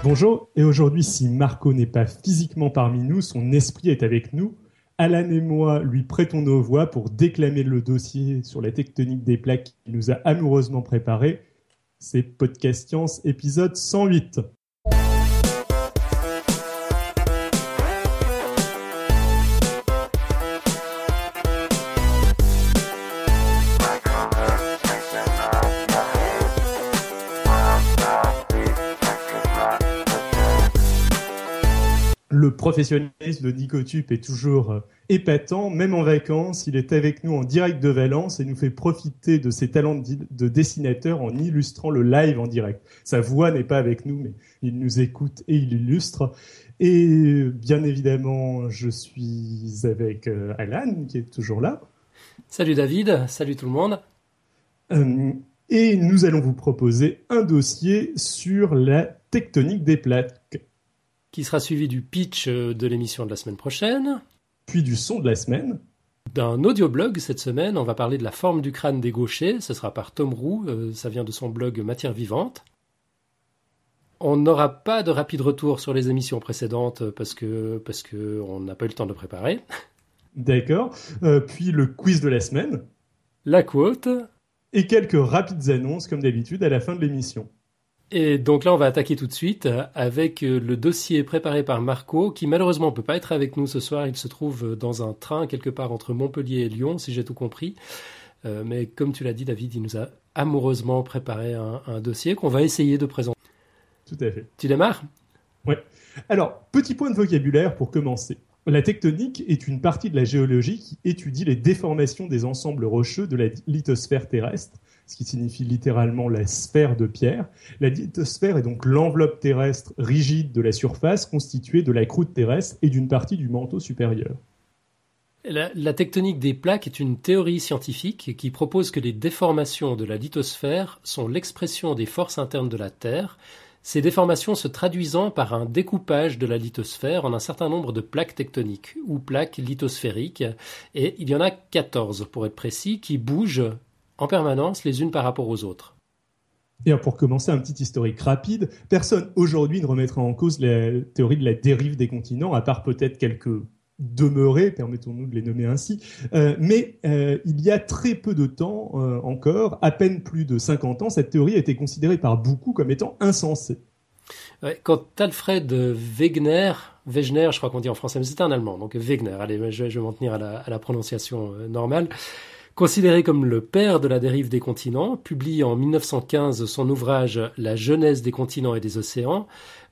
Bonjour, et aujourd'hui, si Marco n'est pas physiquement parmi nous, son esprit est avec nous. Alan et moi lui prêtons nos voix pour déclamer le dossier sur la tectonique des plaques qu'il nous a amoureusement préparé. C'est Podcast Science, épisode 108. Le professionnalisme de Nicotube est toujours épatant, même en vacances. Il est avec nous en direct de Valence et nous fait profiter de ses talents de dessinateur en illustrant le live en direct. Sa voix n'est pas avec nous, mais il nous écoute et il illustre. Et bien évidemment, je suis avec Alan, qui est toujours là. Salut David, salut tout le monde. Et nous allons vous proposer un dossier sur la tectonique des plaques, Qui sera suivi du pitch de l'émission de la semaine prochaine. Puis du son de la semaine. D'un audioblog cette semaine, on va parler de la forme du crâne des gauchers. Ce sera par Tom Roux, ça vient de son blog Matière Vivante. On n'aura pas de rapide retour sur les émissions précédentes parce que on n'a pas eu le temps de préparer. D'accord. Puis le quiz de la semaine. La quote. Et quelques rapides annonces, comme d'habitude, à la fin de l'émission. Et donc là, on va attaquer tout de suite avec le dossier préparé par Marco, qui malheureusement ne peut pas être avec nous ce soir. Il se trouve dans un train quelque part entre Montpellier et Lyon, si j'ai tout compris. Mais comme tu l'as dit, David, il nous a amoureusement préparé un dossier qu'on va essayer de présenter. Tout à fait. Tu démarres ? Ouais. Alors, petit point de vocabulaire pour commencer. La tectonique est une partie de la géologie qui étudie les déformations des ensembles rocheux de la lithosphère terrestre, ce qui signifie littéralement la sphère de pierre. La lithosphère est donc l'enveloppe terrestre rigide de la surface constituée de la croûte terrestre et d'une partie du manteau supérieur. La tectonique des plaques est une théorie scientifique qui propose que les déformations de la lithosphère sont l'expression des forces internes de la Terre, ces déformations se traduisant par un découpage de la lithosphère en un certain nombre de plaques tectoniques ou plaques lithosphériques, et il y en a 14 pour être précis, qui bougent en permanence les unes par rapport aux autres. Et pour commencer, un petit historique rapide. Personne aujourd'hui ne remettra en cause la théorie de la dérive des continents, à part peut-être quelques demeurés, permettons-nous de les nommer ainsi. Mais il y a très peu de temps encore, à peine plus de 50 ans, cette théorie a été considérée par beaucoup comme étant insensée. Ouais, quand Alfred Wegener, je crois qu'on dit en français, mais c'est un Allemand, donc Wegener, allez, je vais m'en tenir à la prononciation normale, considéré comme le père de la dérive des continents, publie en 1915 son ouvrage « La genèse des continents et des océans »,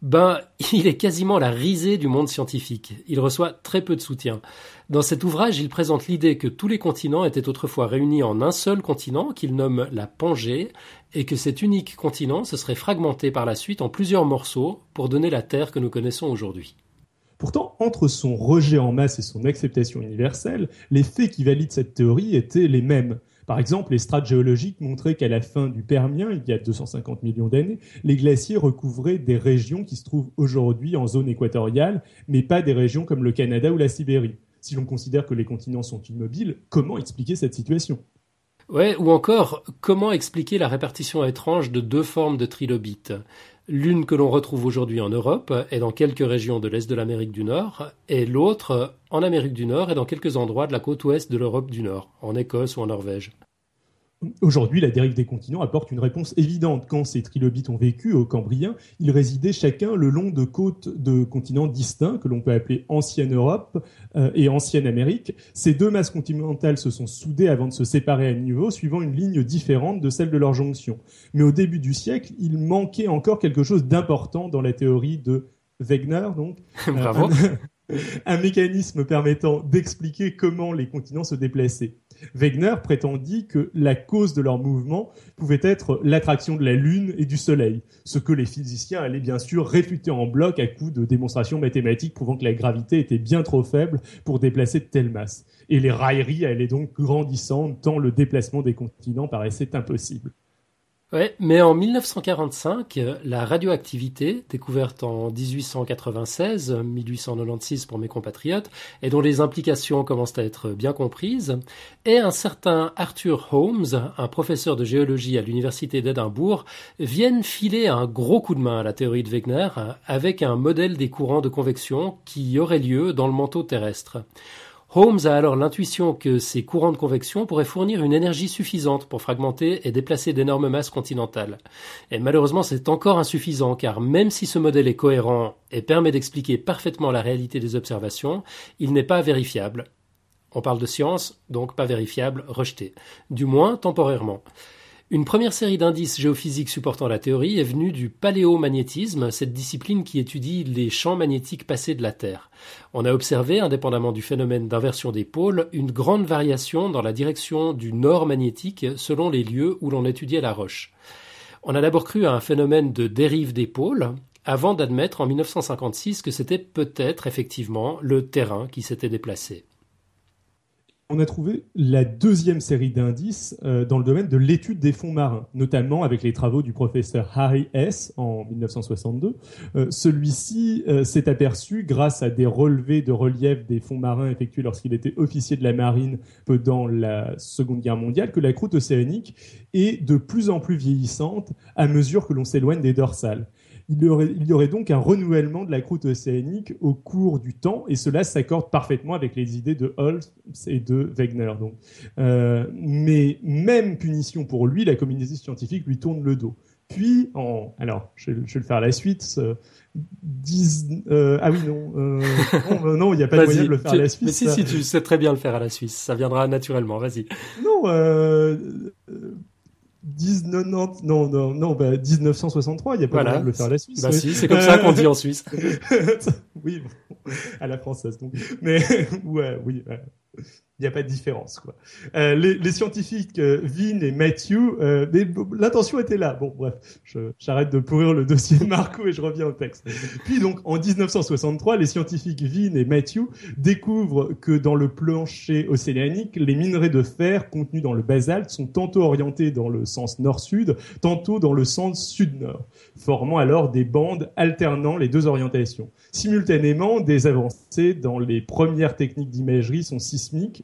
il est quasiment la risée du monde scientifique. Il reçoit très peu de soutien. Dans cet ouvrage, il présente l'idée que tous les continents étaient autrefois réunis en un seul continent, qu'il nomme la Pangée, et que cet unique continent se serait fragmenté par la suite en plusieurs morceaux pour donner la Terre que nous connaissons aujourd'hui. Pourtant, entre son rejet en masse et son acceptation universelle, les faits qui valident cette théorie étaient les mêmes. Par exemple, les strates géologiques montraient qu'à la fin du Permien, il y a 250 millions d'années, les glaciers recouvraient des régions qui se trouvent aujourd'hui en zone équatoriale, mais pas des régions comme le Canada ou la Sibérie. Si l'on considère que les continents sont immobiles, comment expliquer cette situation ? Ouais, ou encore, comment expliquer la répartition étrange de deux formes de trilobites ? L'une que l'on retrouve aujourd'hui en Europe et dans quelques régions de l'Est de l'Amérique du Nord, et l'autre en Amérique du Nord et dans quelques endroits de la côte ouest de l'Europe du Nord, en Écosse ou en Norvège. Aujourd'hui, la dérive des continents apporte une réponse évidente. Quand ces trilobites ont vécu au Cambrien, ils résidaient chacun le long de côtes de continents distincts que l'on peut appeler Ancienne Europe et Ancienne Amérique. Ces deux masses continentales se sont soudées avant de se séparer à niveau, suivant une ligne différente de celle de leur jonction. Mais au début du siècle, il manquait encore quelque chose d'important dans la théorie de Wegener, donc. Bravo. Un mécanisme permettant d'expliquer comment les continents se déplaçaient. Wegener prétendit que la cause de leur mouvement pouvait être l'attraction de la Lune et du Soleil, ce que les physiciens allaient bien sûr réfuter en bloc à coups de démonstrations mathématiques prouvant que la gravité était bien trop faible pour déplacer de telles masses. Et les railleries allaient donc grandissant tant le déplacement des continents paraissait impossible. Ouais, mais en 1945, la radioactivité, découverte en 1896, 1896 pour mes compatriotes, et dont les implications commencent à être bien comprises, et un certain Arthur Holmes, un professeur de géologie à l'université d'Édimbourg, viennent filer un gros coup de main à la théorie de Wegener avec un modèle des courants de convection qui aurait lieu dans le manteau terrestre. Holmes a alors l'intuition que ces courants de convection pourraient fournir une énergie suffisante pour fragmenter et déplacer d'énormes masses continentales. Et malheureusement, c'est encore insuffisant, car même si ce modèle est cohérent et permet d'expliquer parfaitement la réalité des observations, il n'est pas vérifiable. On parle de science, donc pas vérifiable, rejeté. Du moins temporairement. Une première série d'indices géophysiques supportant la théorie est venue du paléomagnétisme, cette discipline qui étudie les champs magnétiques passés de la Terre. On a observé, indépendamment du phénomène d'inversion des pôles, une grande variation dans la direction du nord magnétique selon les lieux où l'on étudiait la roche. On a d'abord cru à un phénomène de dérive des pôles, avant d'admettre en 1956 que c'était peut-être effectivement le terrain qui s'était déplacé. On a trouvé la deuxième série d'indices dans le domaine de l'étude des fonds marins, notamment avec les travaux du professeur Harry Hess en 1962. Celui-ci s'est aperçu, grâce à des relevés de relief des fonds marins effectués lorsqu'il était officier de la marine pendant la Seconde Guerre mondiale, que la croûte océanique est de plus en plus vieillissante à mesure que l'on s'éloigne des dorsales. Il y aurait donc un renouvellement de la croûte océanique au cours du temps, et cela s'accorde parfaitement avec les idées de Holmes et de Wegener. Donc. Mais même punition pour lui, la communauté scientifique lui tourne le dos. Puis, alors, je vais le faire à la suite. Ah oui, non. Non, il n'y a pas de moyen de le faire à la Suisse. Mais si, tu sais très bien le faire à la Suisse. Ça viendra naturellement, vas-y. Non, 1963, il n'y a pas moyen de le faire à la Suisse. Bah si, c'est comme ça qu'on dit en Suisse. Oui, bon, à la française. Donc. Mais ouais, oui, il n'y a pas de différence, quoi. Les scientifiques Vin et Matthew, mais l'intention était là. Bon, bref, j'arrête de pourrir le dossier de Marco et je reviens au texte. Puis donc, en 1963, les scientifiques Vin et Matthew découvrent que dans le plancher océanique, les minerais de fer contenus dans le basalte sont tantôt orientés dans le sens nord-sud, tantôt dans le sens sud-nord, formant alors des bandes alternant les deux orientations. Simultanément, des avancées dans les premières techniques d'imagerie sismique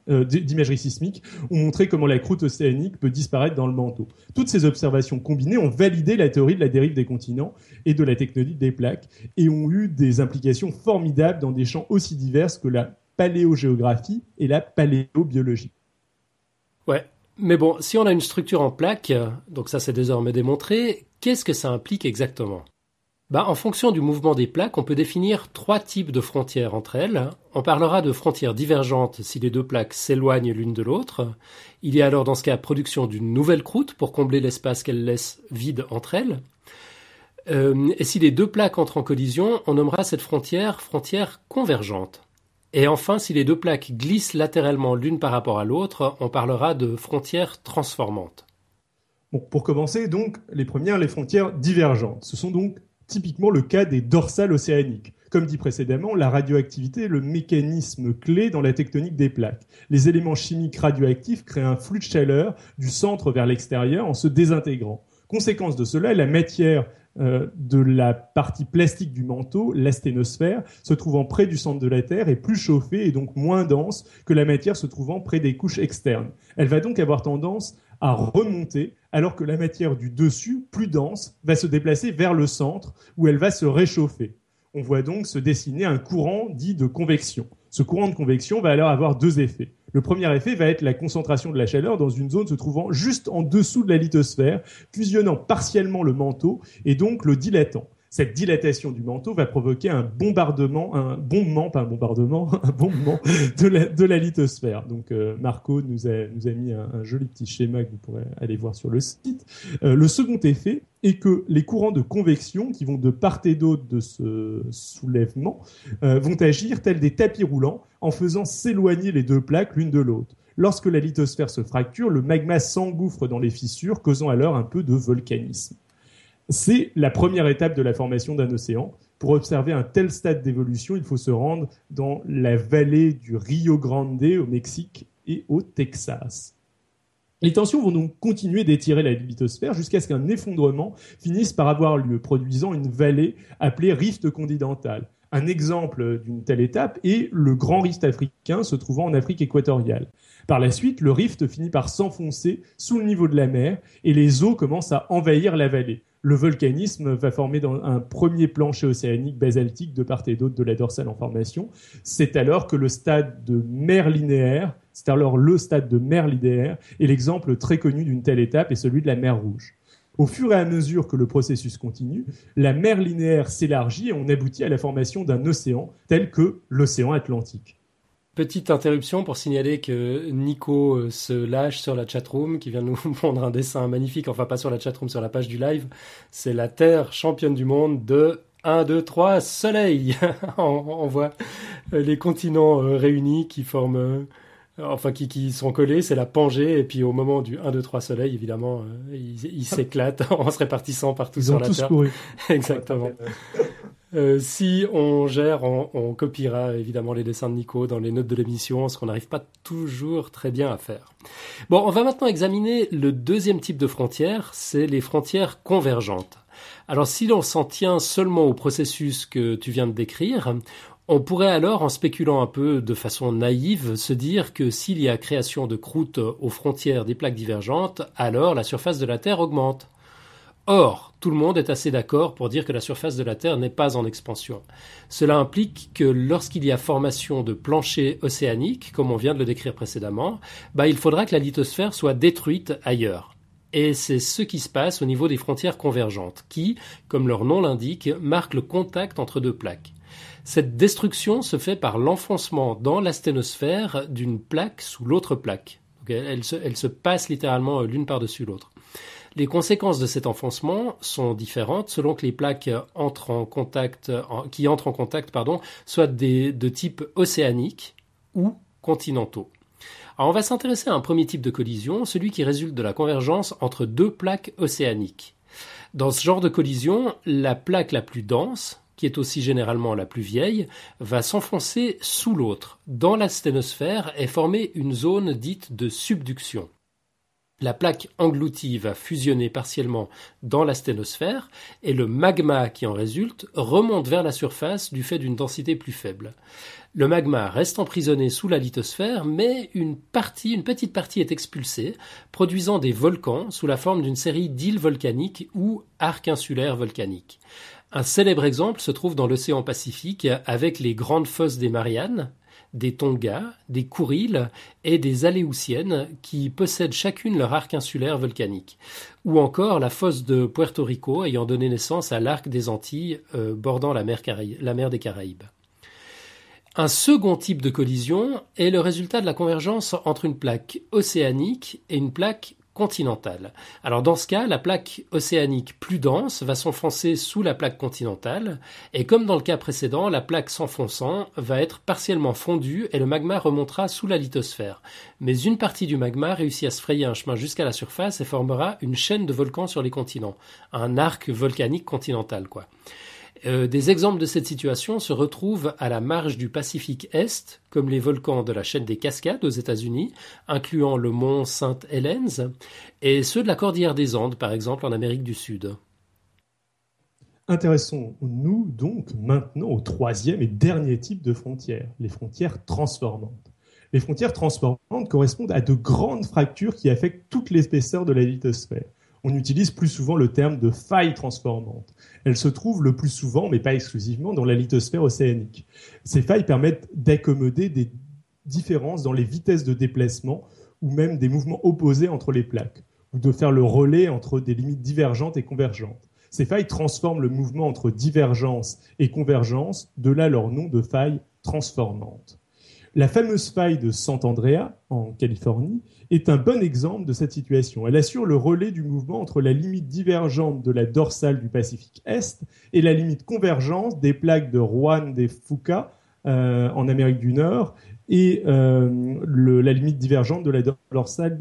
ont montré comment la croûte océanique peut disparaître dans le manteau. Toutes ces observations combinées ont validé la théorie de la dérive des continents et de la tectonique des plaques et ont eu des implications formidables dans des champs aussi divers que la paléogéographie et la paléobiologie. Ouais, mais bon, si on a une structure en plaques, donc ça c'est désormais démontré, qu'est-ce que ça implique exactement ? En fonction du mouvement des plaques, on peut définir 3 types de frontières entre elles. On parlera de frontières divergentes si les 2 plaques s'éloignent l'une de l'autre. Il y a alors dans ce cas production d'une nouvelle croûte pour combler l'espace qu'elle laisse vide entre elles. Et si les 2 plaques entrent en collision, on nommera cette frontière convergente. Et enfin, si les 2 plaques glissent latéralement l'une par rapport à l'autre, on parlera de frontières transformantes. Bon, pour commencer, donc, les frontières divergentes. Ce sont donc typiquement le cas des dorsales océaniques. Comme dit précédemment, la radioactivité est le mécanisme clé dans la tectonique des plaques. Les éléments chimiques radioactifs créent un flux de chaleur du centre vers l'extérieur en se désintégrant. Conséquence de cela, la matière de la partie plastique du manteau, l'asténosphère, se trouvant près du centre de la Terre est plus chauffée et donc moins dense que la matière se trouvant près des couches externes. Elle va donc avoir tendance à remonter, alors que la matière du dessus, plus dense, va se déplacer vers le centre, où elle va se réchauffer. On voit donc se dessiner un courant dit de convection. Ce courant de convection va alors avoir 2 effets. Le premier effet va être la concentration de la chaleur dans une zone se trouvant juste en dessous de la lithosphère, fusionnant partiellement le manteau et donc le dilatant. Cette dilatation du manteau va provoquer un bombement de la lithosphère. Donc Marco nous a mis un joli petit schéma que vous pourrez aller voir sur le site. Le second effet est que les courants de convection qui vont de part et d'autre de ce soulèvement vont agir tels des tapis roulants en faisant s'éloigner les 2 plaques l'une de l'autre. Lorsque la lithosphère se fracture, le magma s'engouffre dans les fissures, causant alors un peu de volcanisme. C'est la première étape de la formation d'un océan. Pour observer un tel stade d'évolution, il faut se rendre dans la vallée du Rio Grande au Mexique et au Texas. Les tensions vont donc continuer d'étirer la lithosphère jusqu'à ce qu'un effondrement finisse par avoir lieu, produisant une vallée appelée rift continental. Un exemple d'une telle étape est le grand rift africain se trouvant en Afrique équatoriale. Par la suite, le rift finit par s'enfoncer sous le niveau de la mer et les eaux commencent à envahir la vallée. Le volcanisme va former dans un premier plancher océanique basaltique de part et d'autre de la dorsale en formation. C'est alors que le stade de mer linéaire est l'exemple très connu d'une telle étape et celui de la mer Rouge. Au fur et à mesure que le processus continue, la mer linéaire s'élargit et on aboutit à la formation d'un océan tel que l'océan Atlantique. Petite interruption pour signaler que Nico se lâche sur la chatroom, qui vient de nous prendre un dessin magnifique, enfin pas sur la chatroom, sur la page du live. C'est la Terre championne du monde de 1, 2, 3, soleil. On voit les continents réunis qui forment... qui sont collés, c'est la Pangée, et puis au moment du 1, 2, 3 soleil, évidemment, ils s'éclatent en se répartissant partout sur la Terre. Couru. Exactement. Si on gère, on copiera évidemment les dessins de Nico dans les notes de l'émission, ce qu'on n'arrive pas toujours très bien à faire. Bon, on va maintenant examiner le deuxième type de frontières, c'est les frontières convergentes. Alors si l'on s'en tient seulement au processus que tu viens de décrire, on pourrait alors, en spéculant un peu de façon naïve, se dire que s'il y a création de croûtes aux frontières des plaques divergentes, alors la surface de la Terre augmente. Or, tout le monde est assez d'accord pour dire que la surface de la Terre n'est pas en expansion. Cela implique que lorsqu'il y a formation de planchers océaniques, comme on vient de le décrire précédemment, il faudra que la lithosphère soit détruite ailleurs. Et c'est ce qui se passe au niveau des frontières convergentes, qui, comme leur nom l'indique, marquent le contact entre deux plaques. Cette destruction se fait par l'enfoncement dans la sténosphère d'une plaque sous l'autre plaque. Elle se passe littéralement l'une par-dessus l'autre. Les conséquences de cet enfoncement sont différentes selon que les plaques qui entrent en contact, soient de type océanique ou continentaux. Alors on va s'intéresser à un premier type de collision, celui qui résulte de la convergence entre deux plaques océaniques. Dans ce genre de collision, la plaque la plus dense, qui est aussi généralement la plus vieille, va s'enfoncer sous l'autre. Dans la sténosphère est formée une zone dite de subduction. La plaque engloutie va fusionner partiellement dans la sténosphère et le magma qui en résulte remonte vers la surface du fait d'une densité plus faible. Le magma reste emprisonné sous la lithosphère, mais une petite partie est expulsée, produisant des volcans sous la forme d'une série d'îles volcaniques ou arcs insulaires volcaniques. Un célèbre exemple se trouve dans l'océan Pacifique avec les grandes fosses des Mariannes, des Tonga, des Kouriles et des Aléoutiennes qui possèdent chacune leur arc insulaire volcanique. Ou encore la fosse de Puerto Rico ayant donné naissance à l'arc des Antilles bordant la mer des Caraïbes. Un second type de collision est le résultat de la convergence entre une plaque océanique et une plaque continentale. Alors dans ce cas, la plaque océanique plus dense va s'enfoncer sous la plaque continentale et comme dans le cas précédent, la plaque s'enfonçant va être partiellement fondue et le magma remontera sous la lithosphère. Mais une partie du magma réussit à se frayer un chemin jusqu'à la surface et formera une chaîne de volcans sur les continents, un arc volcanique continental quoi. Des exemples de cette situation se retrouvent à la marge du Pacifique Est, comme les volcans de la chaîne des Cascades aux États-Unis, incluant le mont Sainte Helens, et ceux de la cordillère des Andes, par exemple, en Amérique du Sud. Intéressons-nous donc maintenant au troisième et dernier type de frontières, les frontières transformantes. Les frontières transformantes correspondent à de grandes fractures qui affectent toute l'épaisseur de la lithosphère. On utilise plus souvent le terme de failles transformantes. Elles se trouvent le plus souvent, mais pas exclusivement, dans la lithosphère océanique. Ces failles permettent d'accommoder des différences dans les vitesses de déplacement ou même des mouvements opposés entre les plaques, ou de faire le relais entre des limites divergentes et convergentes. Ces failles transforment le mouvement entre divergence et convergence, de là leur nom de failles transformantes. La fameuse faille de Sant Andreas, en Californie, est un bon exemple de cette situation. Elle assure le relais du mouvement entre la limite divergente de la dorsale du Pacifique Est et la limite convergente des plaques de Juan de Fuca en Amérique du Nord et la limite divergente de la dorsale...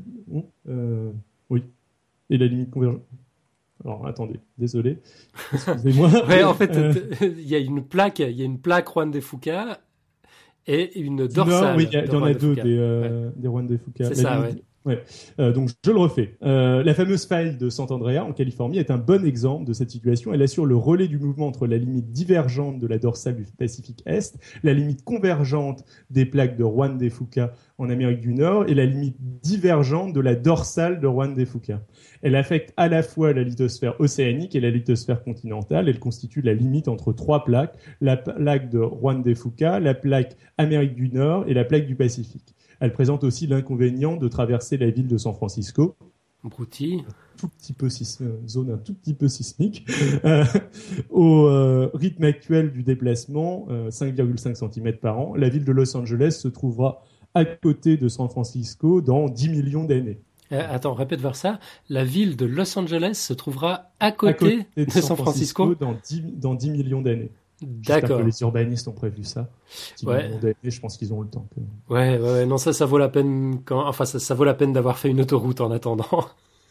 et la limite convergente... Alors, attendez, désolé. Excusez-moi. Ouais, en fait, il y a une plaque Juan de Fuca et une dorsale. Non, oui, il y en a deux des Juan de Fuca. C'est ça, ouais. Ouais. Donc je le refais. La fameuse faille de Sant'Andrea en Californie est un bon exemple de cette situation. Elle assure le relais du mouvement entre la limite divergente de la dorsale du Pacifique Est, la limite convergente des plaques de Juan de Fuca en Amérique du Nord et la limite divergente de la dorsale de Juan de Fuca. Elle affecte à la fois la lithosphère océanique et la lithosphère continentale. Elle constitue la limite entre trois plaques, la plaque de Juan de Fuca, la plaque Amérique du Nord et la plaque du Pacifique. Elle présente aussi l'inconvénient de traverser la ville de San Francisco. Broutilles. Zone un tout petit peu sismique. Au rythme actuel du déplacement, 5,5 cm par an, la ville de Los Angeles se trouvera à côté de San Francisco dans 10 millions d'années. Attends, répète voir ça. La ville de Los Angeles se trouvera à côté de San Francisco dans 10 millions d'années. D'accord. J'espère que les urbanistes ont prévu ça. Je pense qu'ils ont le temps. Ouais. Non, ça vaut la peine. Ça vaut la peine d'avoir fait une autoroute en attendant.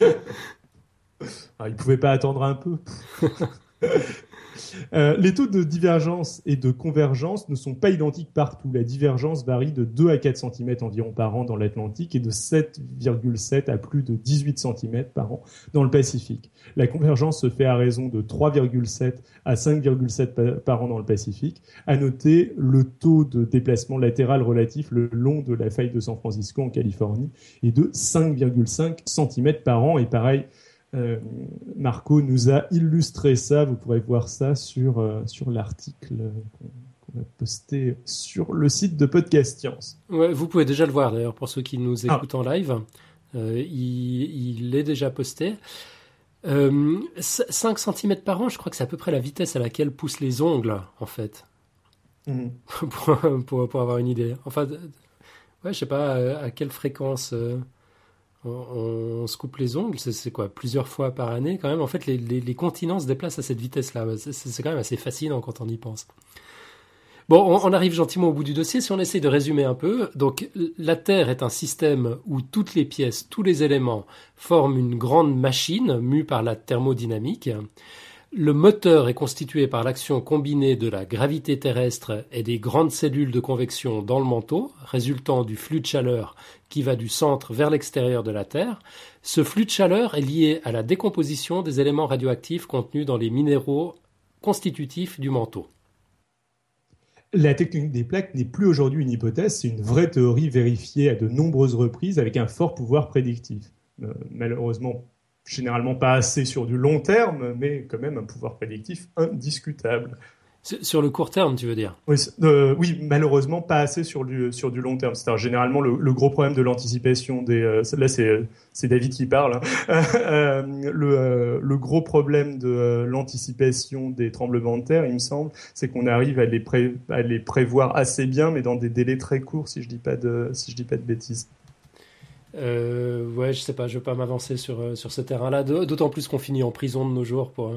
Ils pouvaient pas attendre un peu. Les taux de divergence et de convergence ne sont pas identiques partout. La divergence varie de 2 à 4 cm environ par an dans l'Atlantique et de 7,7 à plus de 18 cm par an dans le Pacifique. La convergence se fait à raison de 3,7 à 5,7 par an dans le Pacifique. À noter le taux de déplacement latéral relatif le long de la faille de San Francisco en Californie est de 5,5 cm par an et pareil. Marco nous a illustré ça. Vous pourrez voir ça sur l'article qu'on va poster sur le site de Podcast Science. Ouais, vous pouvez déjà le voir d'ailleurs pour ceux qui nous écoutent en live. Il est déjà posté. 5 cm par an, je crois que c'est à peu près la vitesse à laquelle poussent les ongles, en fait. Pour avoir une idée. Enfin, je sais pas à quelle fréquence... On se coupe les ongles, c'est quoi, plusieurs fois par année quand même. En fait, les continents se déplacent à cette vitesse-là. C'est quand même assez fascinant quand on y pense. Bon, on arrive gentiment au bout du dossier. Si on essaie de résumer un peu, donc la Terre est un système où toutes les pièces, tous les éléments forment une grande machine mue par la thermodynamique. Le moteur est constitué par l'action combinée de la gravité terrestre et des grandes cellules de convection dans le manteau, résultant du flux de chaleur qui va du centre vers l'extérieur de la Terre. Ce flux de chaleur est lié à la décomposition des éléments radioactifs contenus dans les minéraux constitutifs du manteau. La technique des plaques n'est plus aujourd'hui une hypothèse, c'est une vraie théorie vérifiée à de nombreuses reprises avec un fort pouvoir prédictif. Malheureusement, généralement pas assez sur du long terme, mais quand même un pouvoir prédictif indiscutable. Sur le court terme, tu veux dire ? Oui, malheureusement pas assez sur du long terme. C'est-à-dire généralement le gros problème de l'anticipation là c'est David qui parle. Le gros problème de l'anticipation des tremblements de terre, il me semble, c'est qu'on arrive à les prévoir assez bien, mais dans des délais très courts, si je dis pas de bêtises. Je sais pas, je veux pas m'avancer sur ce terrain-là, d'autant plus qu'on finit en prison de nos jours pour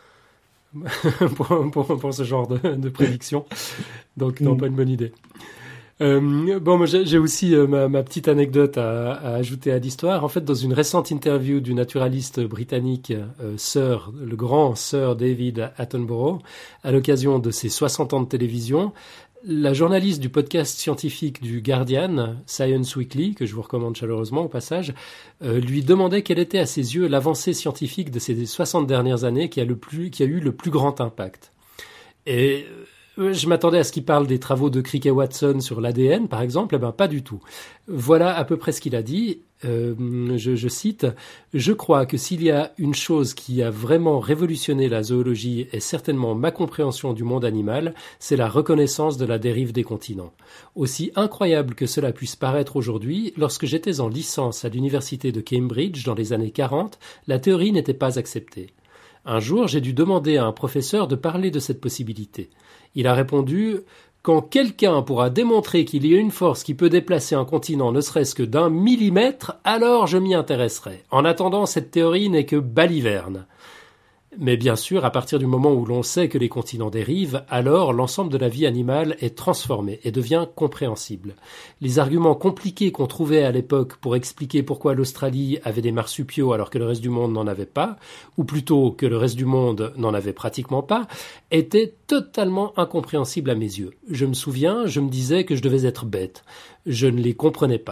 ce genre de prédiction. Donc, non, pas une bonne idée. Moi, j'ai aussi ma petite anecdote à ajouter à l'histoire. En fait, dans une récente interview du naturaliste britannique le grand Sir David Attenborough, à l'occasion de ses 60 ans de télévision, la journaliste du podcast scientifique du Guardian, Science Weekly, que je vous recommande chaleureusement au passage, lui demandait quelle était à ses yeux l'avancée scientifique de ces 60 dernières années qui a eu le plus grand impact. Et je m'attendais à ce qu'il parle des travaux de Crick et Watson sur l'ADN, par exemple. Eh ben, pas du tout. Voilà à peu près ce qu'il a dit. Je cite, « Je crois que s'il y a une chose qui a vraiment révolutionné la zoologie et certainement ma compréhension du monde animal, c'est la reconnaissance de la dérive des continents. Aussi incroyable que cela puisse paraître aujourd'hui, lorsque j'étais en licence à l'université de Cambridge dans les années 40, la théorie n'était pas acceptée. Un jour, j'ai dû demander à un professeur de parler de cette possibilité. Il a répondu « Quand quelqu'un pourra démontrer qu'il y a une force qui peut déplacer un continent ne serait-ce que d'1 millimètre, alors je m'y intéresserai. En attendant, cette théorie n'est que baliverne. » Mais bien sûr, à partir du moment où l'on sait que les continents dérivent, alors l'ensemble de la vie animale est transformé et devient compréhensible. Les arguments compliqués qu'on trouvait à l'époque pour expliquer pourquoi l'Australie avait des marsupiaux alors que le reste du monde n'en avait pas, ou plutôt que le reste du monde n'en avait pratiquement pas, étaient totalement incompréhensibles à mes yeux. Je me souviens, je me disais que je devais être bête. Je ne les comprenais pas.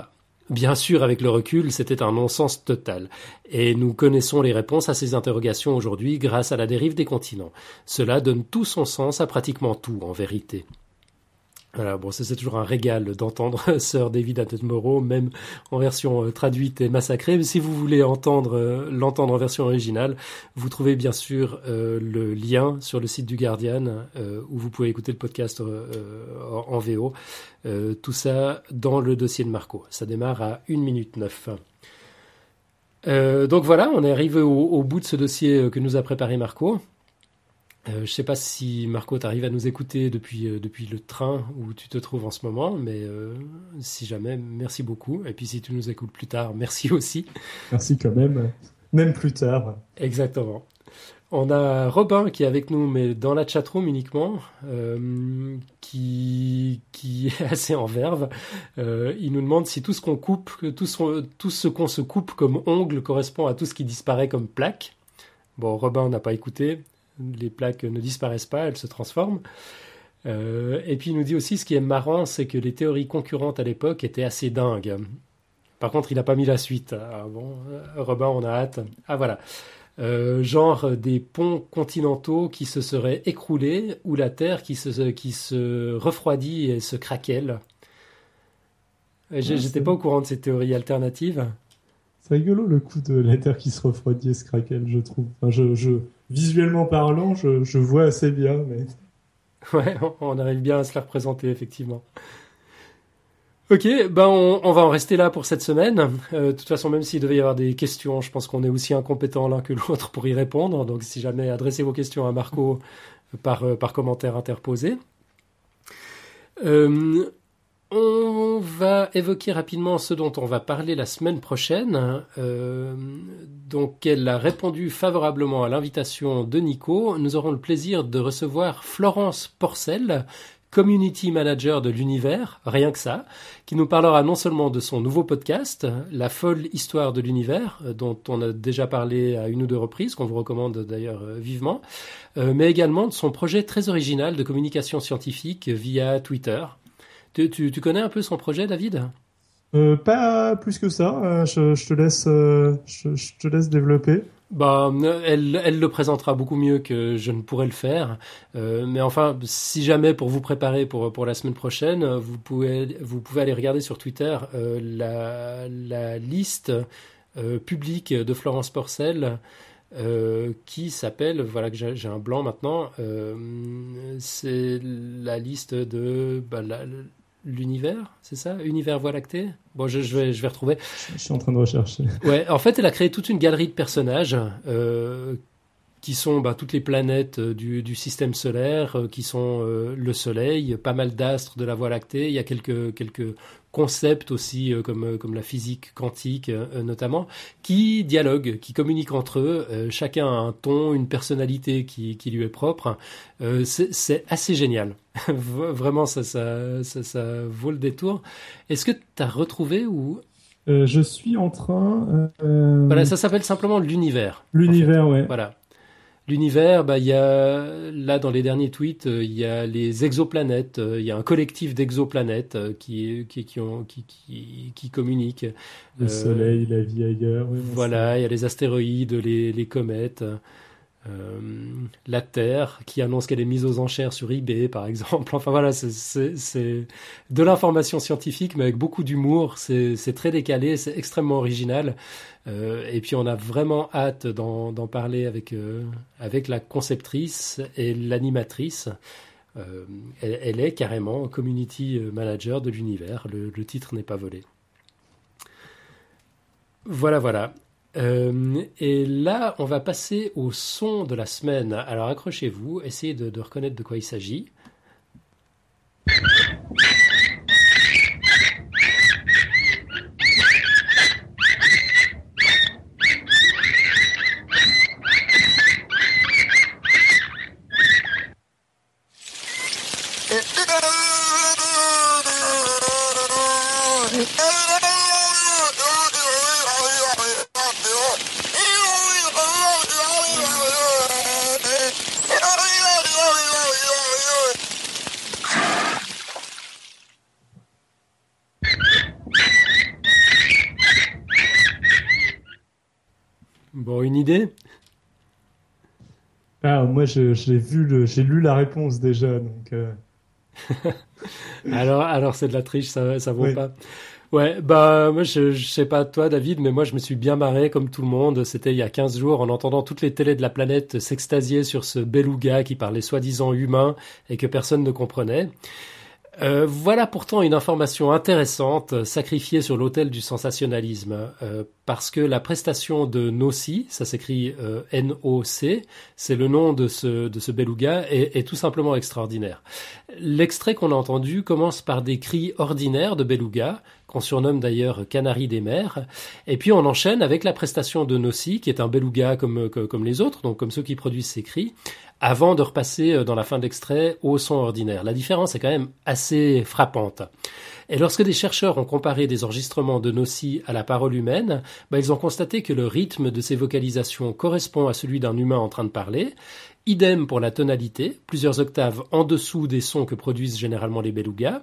Bien sûr, avec le recul, c'était un non-sens total. Et nous connaissons les réponses à ces interrogations aujourd'hui grâce à la dérive des continents. Cela donne tout son sens à pratiquement tout, en vérité. Voilà, bon, ça c'est toujours un régal d'entendre Sir David Attenborough, même en version traduite et massacrée. Mais si vous voulez l'entendre en version originale, vous trouvez bien sûr le lien sur le site du Guardian où vous pouvez écouter le podcast en VO. Tout ça dans le dossier de Marco. Ça démarre à 1 minute 9. Donc voilà, on est arrivé au bout de ce dossier que nous a préparé Marco. Je ne sais pas si Marco t'arrives à nous écouter depuis le train où tu te trouves en ce moment, mais si jamais, merci beaucoup. Et puis si tu nous écoutes plus tard, merci aussi. Merci quand même plus tard. Exactement. On a Robin qui est avec nous, mais dans la chatroom uniquement, qui est assez en verve. Il nous demande si tout ce qu'on coupe, tout ce qu'on se coupe comme ongle correspond à tout ce qui disparaît comme plaque. Bon, Robin, on n'a pas écouté. Les plaques ne disparaissent pas, elles se transforment. Et puis il nous dit aussi, ce qui est marrant, c'est que les théories concurrentes à l'époque étaient assez dingues. Par contre, il n'a pas mis la suite. Ah bon, Robin, on a hâte. Ah voilà. Genre des ponts continentaux qui se seraient écroulés ou la Terre qui se refroidit et se craquelle. J'étais pas au courant de ces théories alternatives. C'est rigolo le coup de la Terre qui se refroidit et se craquelle, je trouve. Enfin, visuellement parlant, je vois assez bien. Mais... Ouais, on arrive bien à se la représenter, effectivement. Ok, ben on va en rester là pour cette semaine. De toute façon, même s'il devait y avoir des questions, je pense qu'on est aussi incompétents l'un que l'autre pour y répondre. Donc si jamais, adressez vos questions à Marco par commentaire interposé. On va évoquer rapidement ce dont on va parler la semaine prochaine. Donc, elle a répondu favorablement à l'invitation de Nico. Nous aurons le plaisir de recevoir Florence Porcel, Community Manager de l'Univers, rien que ça, qui nous parlera non seulement de son nouveau podcast, La folle histoire de l'univers, dont on a déjà parlé à 1 ou 2 reprises, qu'on vous recommande d'ailleurs vivement, mais également de son projet très original de communication scientifique via Twitter. Tu connais un peu son projet, David ? Pas plus que ça. Je te laisse développer. Bah, elle le présentera beaucoup mieux que je ne pourrais le faire. Mais enfin, si jamais pour vous préparer pour la semaine prochaine, vous pouvez aller regarder sur Twitter la liste publique de Florence Porcel. Qui s'appelle, voilà que j'ai un blanc maintenant, c'est la liste de l'univers, c'est ça ? Univers Voie lactée ? Bon, je vais retrouver. Je suis en train de rechercher. Ouais, en fait, elle a créé toute une galerie de personnages qui sont toutes les planètes du système solaire, qui sont le Soleil, pas mal d'astres de la Voie lactée. Il y a quelques concepts aussi, comme la physique quantique notamment, qui dialoguent, qui communiquent entre eux. Chacun a un ton, une personnalité qui lui est propre. C'est assez génial. Vraiment, ça vaut le détour. Est-ce que tu as retrouvé ou... Je suis en train... Voilà, ça s'appelle simplement l'univers. L'univers, en fait. Ouais. Voilà. L'univers, il y a, là, dans les derniers tweets, il y a les exoplanètes, il y a un collectif d'exoplanètes qui communiquent. Le Soleil, la vie ailleurs. Oui, voilà, il y a les astéroïdes, les comètes, la Terre qui annonce qu'elle est mise aux enchères sur eBay, par exemple. Enfin voilà, c'est de l'information scientifique, mais avec beaucoup d'humour. C'est très décalé, c'est extrêmement original. Et puis on a vraiment hâte d'en parler avec la conceptrice et l'animatrice. Elle est carrément community manager de l'univers. Le titre n'est pas volé. Voilà. Et là, on va passer au son de la semaine. Alors accrochez-vous, essayez de reconnaître de quoi il s'agit. Bon, une idée? Ah, moi, j'ai lu la réponse déjà, donc. Alors c'est de la triche, ça vaut Oui. pas. Ouais, bah moi je sais pas toi David, mais moi je me suis bien marré comme tout le monde. C'était il y a 15 jours en entendant toutes les télés de la planète s'extasier sur ce beluga qui parlait soi-disant humain et que personne ne comprenait. Voilà pourtant une information intéressante, sacrifiée sur l'autel du sensationnalisme, parce que la prestation de Nossi, ça s'écrit N-O-C, c'est le nom de ce beluga, est tout simplement extraordinaire. L'extrait qu'on a entendu commence par des cris ordinaires de beluga, qu'on surnomme d'ailleurs canari des mers, et puis on enchaîne avec la prestation de Nossi, qui est un beluga comme les autres, donc comme ceux qui produisent ces cris, avant de repasser dans la fin de l'extrait au son ordinaire. La différence est quand même assez frappante. Et lorsque des chercheurs ont comparé des enregistrements de Nossi à la parole humaine, ils ont constaté que le rythme de ces vocalisations correspond à celui d'un humain en train de parler. Idem pour la tonalité, plusieurs octaves en dessous des sons que produisent généralement les belugas.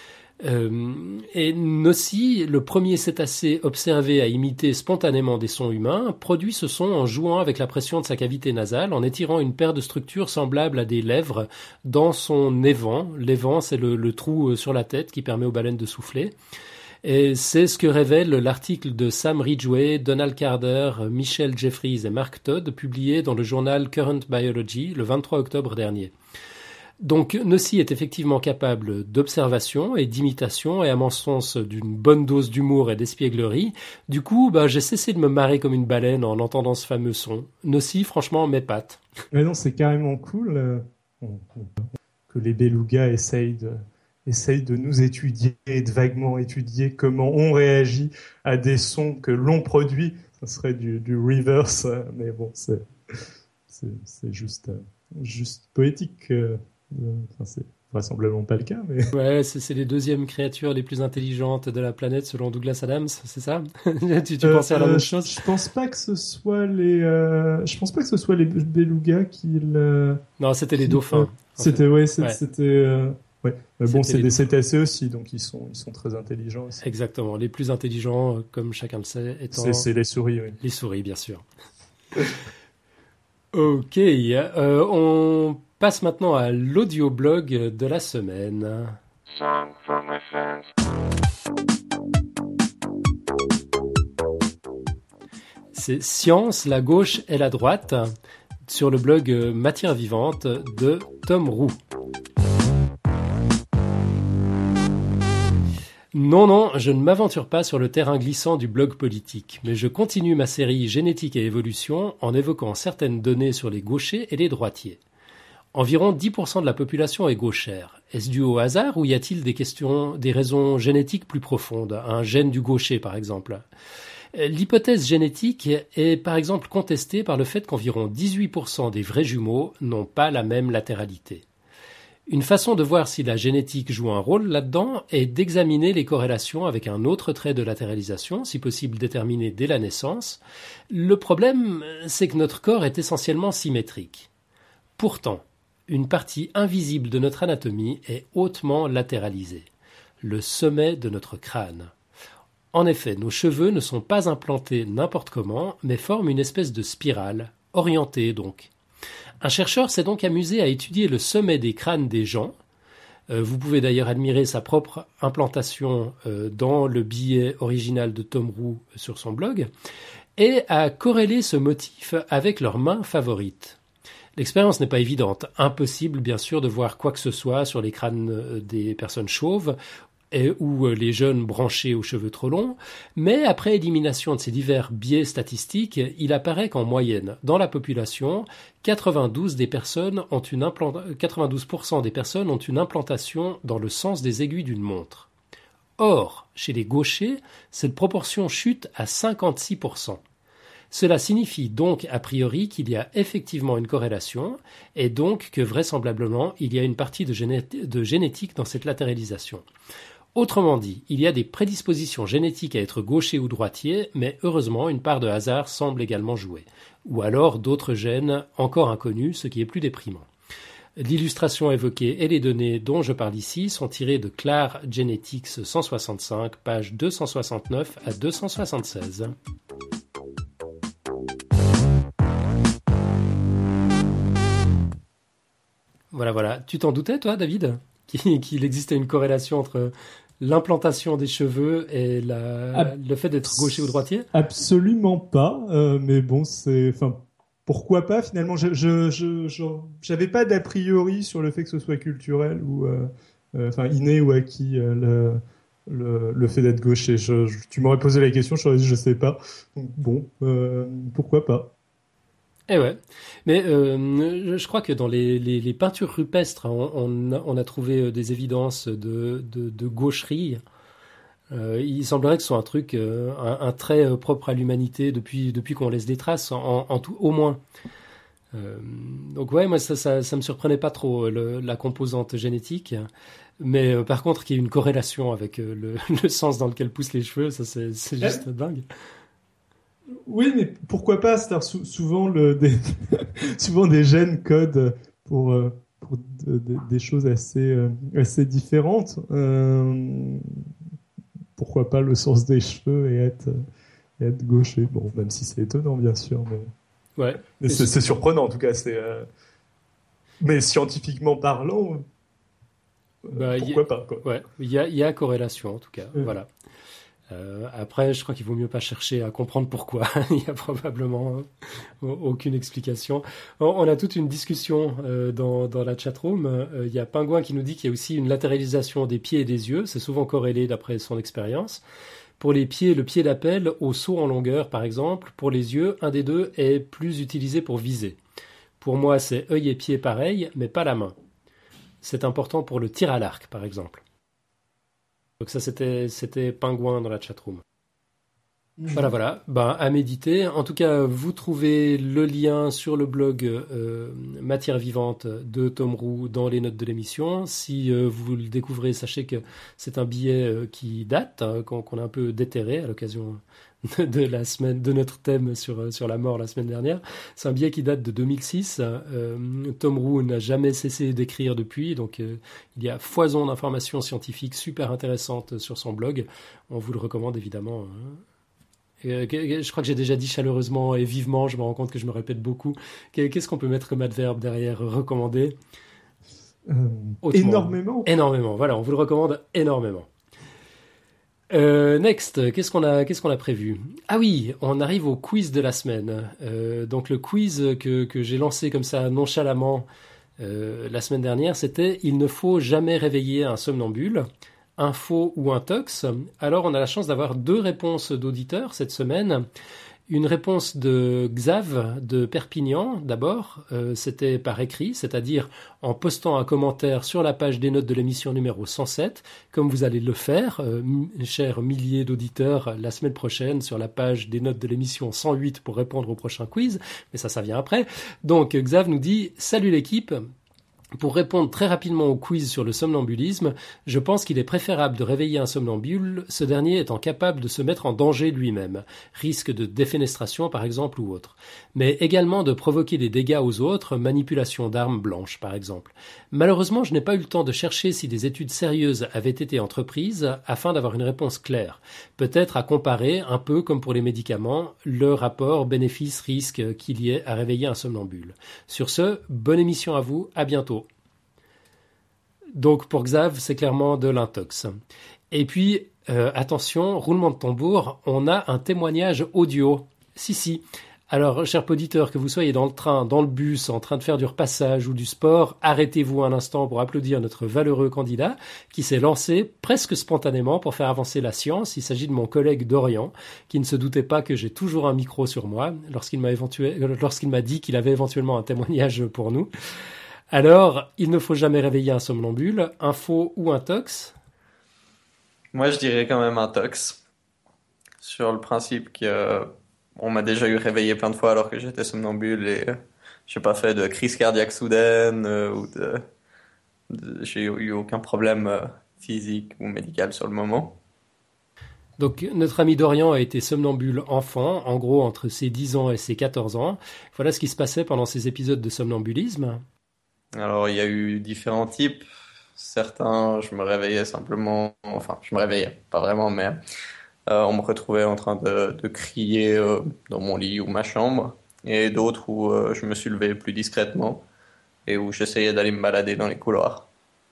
Et Nossi, le premier cétacé observé à imiter spontanément des sons humains, produit ce son en jouant avec la pression de sa cavité nasale, en étirant une paire de structures semblables à des lèvres dans son évent. L'évent, c'est le trou sur la tête qui permet aux baleines de souffler. Et c'est ce que révèle l'article de Sam Ridgway, Donald Carter, Michelle Jeffries et Mark Todd, publié dans le journal Current Biology le 23 octobre dernier. Donc Nossi est effectivement capable d'observation et d'imitation et à mon sens d'une bonne dose d'humour et d'espièglerie. Du coup, j'ai cessé de me marrer comme une baleine en entendant ce fameux son. Nossi, franchement, m'épate. Mais non, c'est carrément cool que les belugas essayent de nous étudier et de vaguement étudier comment on réagit à des sons que l'on produit. Ça serait du reverse, mais bon, c'est juste poétique. Enfin, c'est vraisemblablement pas le cas, mais... Ouais, c'est les deuxièmes créatures les plus intelligentes de la planète selon Douglas Adams, c'est ça? Tu pensais à la même chose? Je pense pas que ce soit les belugas Non, c'était les dauphins. C'était ouais. Ouais. Mais bon, c'est des cétacés aussi, donc ils sont très intelligents aussi. Exactement, les plus intelligents, comme chacun le sait, étant... C'est les souris, oui. Les souris, bien sûr. Ok, on passe maintenant à l'audioblog de la semaine. C'est Science, la gauche et la droite, sur le blog Matière vivante de Tom Roux. Non, je ne m'aventure pas sur le terrain glissant du blog politique, mais je continue ma série Génétique et évolution en évoquant certaines données sur les gauchers et les droitiers. Environ 10% de la population est gauchère. Est-ce dû au hasard ou y a-t-il des raisons génétiques plus profondes, un gène du gaucher par exemple ? L'hypothèse génétique est par exemple contestée par le fait qu'environ 18% des vrais jumeaux n'ont pas la même latéralité. Une façon de voir si la génétique joue un rôle là-dedans est d'examiner les corrélations avec un autre trait de latéralisation, si possible déterminé dès la naissance. Le problème, c'est que notre corps est essentiellement symétrique. Pourtant, une partie invisible de notre anatomie est hautement latéralisée, le sommet de notre crâne. En effet, nos cheveux ne sont pas implantés n'importe comment, mais forment une espèce de spirale, orientée donc. Un chercheur s'est donc amusé à étudier le sommet des crânes des gens. Vous pouvez d'ailleurs admirer sa propre implantation dans le billet original de Tom Roux sur son blog, et à corréler ce motif avec leurs mains favorites. L'expérience n'est pas évidente, impossible bien sûr de voir quoi que ce soit sur les crânes des personnes chauves ou les jeunes branchés aux cheveux trop longs, mais après élimination de ces divers biais statistiques, il apparaît qu'en moyenne, dans la population, 92% des personnes ont une implantation dans le sens des aiguilles d'une montre. Or, chez les gauchers, cette proportion chute à 56%. Cela signifie donc a priori qu'il y a effectivement une corrélation et donc que vraisemblablement il y a une partie de génétique dans cette latéralisation. Autrement dit, il y a des prédispositions génétiques à être gaucher ou droitier, mais heureusement une part de hasard semble également jouer. Ou alors d'autres gènes encore inconnus, ce qui est plus déprimant. L'illustration évoquée et les données dont je parle ici sont tirées de Clar Genetics 165, pages 269 à 276. Voilà. Tu t'en doutais, toi, David, qu'il existait une corrélation entre l'implantation des cheveux et le fait d'être gaucher ou droitier? Absolument pas, mais bon, enfin, pourquoi pas finalement. J'avais pas d'a priori sur le fait que ce soit culturel ou, enfin, inné ou acquis, le fait d'être gaucher. Tu m'aurais posé la question, je t'aurais dit je sais pas. Donc, bon, pourquoi pas. Eh ouais, mais je crois que dans les peintures rupestres, on a trouvé des évidences de gaucherie. Il semblerait que ce soit un truc, un trait propre à l'humanité depuis qu'on laisse des traces, en tout, au moins. Donc ouais, moi ça me surprenait pas trop la composante génétique, mais par contre qu'il y ait une corrélation avec le sens dans lequel poussent les cheveux, ça c'est juste dingue. Oui, mais pourquoi pas? C'est-à-dire souvent souvent des gènes codent pour des choses assez différentes. Pourquoi pas le sens des cheveux et être gaucher? Bon, même si c'est étonnant, bien sûr, Ouais. mais c'est surprenant en tout cas. Mais scientifiquement parlant, pourquoi pas, quoi. Ouais, il y a corrélation en tout cas. Voilà. Après, je crois qu'il vaut mieux pas chercher à comprendre pourquoi. Il y a probablement aucune explication. On a toute une discussion dans la chatroom. Il y a Pingouin qui nous dit qu'il y a aussi une latéralisation des pieds et des yeux. C'est souvent corrélé d'après son expérience. Pour les pieds, le pied d'appel au saut en longueur, par exemple. Pour les yeux, un des deux est plus utilisé pour viser. Pour moi, c'est œil et pied pareil, mais pas la main. C'est important pour le tir à l'arc, par exemple. Donc ça, c'était Pingouin dans la chatroom. Voilà. Ben, à méditer. En tout cas, vous trouvez le lien sur le blog Matière Vivante de Tom Roux dans les notes de l'émission. Si vous le découvrez, sachez que c'est un billet qui date, qu'on a un peu déterré à l'occasion de la semaine, de notre thème sur la mort la semaine dernière. C'est un billet qui date de 2006. Tom Roux n'a jamais cessé d'écrire depuis, donc il y a foison d'informations scientifiques super intéressantes sur son blog. On vous le recommande évidemment. Je crois que j'ai déjà dit chaleureusement et vivement, je me rends compte que je me répète beaucoup. Qu'est-ce qu'on peut mettre comme adverbe derrière recommander? Énormément. Énormément, voilà, on vous le recommande énormément. Next, qu'est-ce qu'on a prévu? Ah oui, on arrive au quiz de la semaine. Donc le quiz que j'ai lancé comme ça nonchalamment la semaine dernière, c'était « Il ne faut jamais réveiller un somnambule ». Un faux ou un tox. Alors on a la chance d'avoir 2 réponses d'auditeurs cette semaine. Une réponse de Xav de Perpignan d'abord, c'était par écrit, c'est-à-dire en postant un commentaire sur la page des notes de l'émission numéro 107, comme vous allez le faire, chers milliers d'auditeurs, la semaine prochaine sur la page des notes de l'émission 108 pour répondre au prochain quiz, mais ça vient après. Donc Xav nous dit « Salut l'équipe !» Pour répondre très rapidement au quiz sur le somnambulisme, je pense qu'il est préférable de réveiller un somnambule, ce dernier étant capable de se mettre en danger lui-même, risque de défenestration par exemple ou autre, mais également de provoquer des dégâts aux autres, manipulation d'armes blanches par exemple. Malheureusement, je n'ai pas eu le temps de chercher si des études sérieuses avaient été entreprises afin d'avoir une réponse claire. Peut-être à comparer, un peu comme pour les médicaments, le rapport bénéfice-risque qu'il y ait à réveiller un somnambule. Sur ce, bonne émission à vous, à bientôt. Donc pour Xav, c'est clairement de l'intox. Et puis, attention, roulement de tambour, on a un témoignage audio. Si. Alors, chers auditeurs, que vous soyez dans le train, dans le bus, en train de faire du repassage ou du sport, arrêtez-vous un instant pour applaudir notre valeureux candidat qui s'est lancé presque spontanément pour faire avancer la science. Il s'agit de mon collègue Dorian, qui ne se doutait pas que j'ai toujours un micro sur moi lorsqu'il m'a dit qu'il avait éventuellement un témoignage pour nous. Alors, il ne faut jamais réveiller un somnambule, un faux ou un tox? Moi, je dirais quand même un tox. Sur le principe que on m'a déjà eu réveillé plein de fois alors que j'étais somnambule et j'ai pas fait de crise cardiaque soudaine j'ai eu aucun problème physique ou médical sur le moment. Donc, notre ami Dorian a été somnambule enfant, en gros entre ses 10 ans et ses 14 ans. Voilà ce qui se passait pendant ces épisodes de somnambulisme. Alors, il y a eu différents types. Certains, je me réveillais simplement, enfin, je me réveillais, pas vraiment, mais on me retrouvait en train de crier dans mon lit ou ma chambre. Et d'autres où je me suis levé plus discrètement. et où j'essayais d'aller me balader dans les couloirs.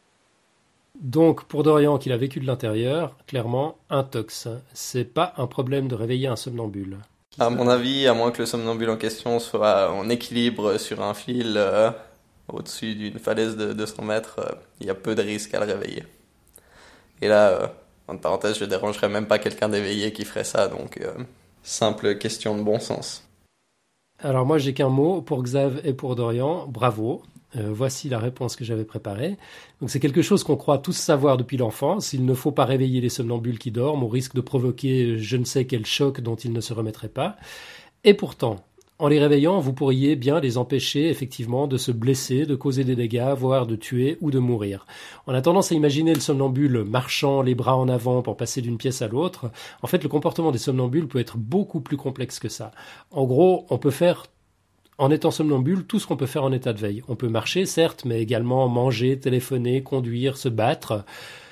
Donc, pour Dorian, qui a vécu de l'intérieur, clairement, intox. C'est pas un problème de réveiller un somnambule. À mon avis, à moins que le somnambule en question soit en équilibre sur un fil au-dessus d'une falaise de 100 mètres, il y a peu de risques à le réveiller. Et là, entre parenthèses, je dérangerais même pas quelqu'un d'éveillé qui ferait ça, donc simple question de bon sens. Alors moi, j'ai qu'un mot pour Xav et pour Dorian. Bravo. Voici la réponse que j'avais préparée. Donc c'est quelque chose qu'on croit tous savoir depuis l'enfance. Il ne faut pas réveiller les somnambules qui dorment au risque de provoquer je ne sais quel choc dont ils ne se remettraient pas. Et pourtant, en les réveillant, vous pourriez bien les empêcher effectivement de se blesser, de causer des dégâts, voire de tuer ou de mourir. On a tendance à imaginer le somnambule marchant les bras en avant pour passer d'une pièce à l'autre. En fait, le comportement des somnambules peut être beaucoup plus complexe que ça. En gros, on peut faire en étant somnambule, tout ce qu'on peut faire en état de veille. On peut marcher, certes, mais également manger, téléphoner, conduire, se battre.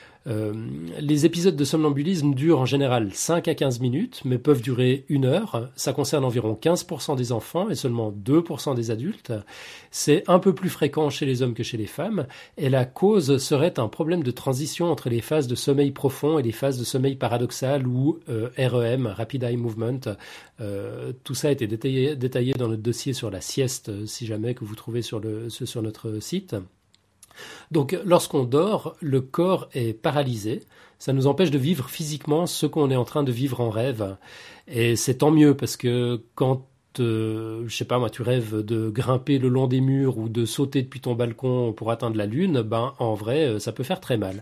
Les épisodes de somnambulisme durent en général 5 à 15 minutes, mais peuvent durer 1 heure. Ça concerne environ 15% des enfants et seulement 2% des adultes. C'est un peu plus fréquent chez les hommes que chez les femmes, et la cause serait un problème de transition entre les phases de sommeil profond et les phases de sommeil paradoxal ou REM, Rapid Eye Movement. Tout ça a été détaillé dans notre dossier sur la sieste, si jamais que vous trouvez sur notre site. Donc, lorsqu'on dort, le corps est paralysé. Ça nous empêche de vivre physiquement ce qu'on est en train de vivre en rêve. Et c'est tant mieux parce que quand, je sais pas moi, tu rêves de grimper le long des murs ou de sauter depuis ton balcon pour atteindre la lune, ben, en vrai, ça peut faire très mal.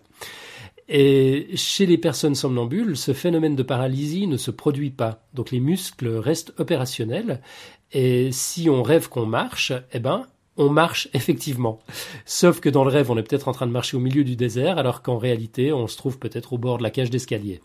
Et chez les personnes somnambules, ce phénomène de paralysie ne se produit pas. Donc, les muscles restent opérationnels. Et si on rêve qu'on marche, eh ben, on marche effectivement. Sauf que dans le rêve, on est peut-être en train de marcher au milieu du désert, alors qu'en réalité, on se trouve peut-être au bord de la cage d'escalier.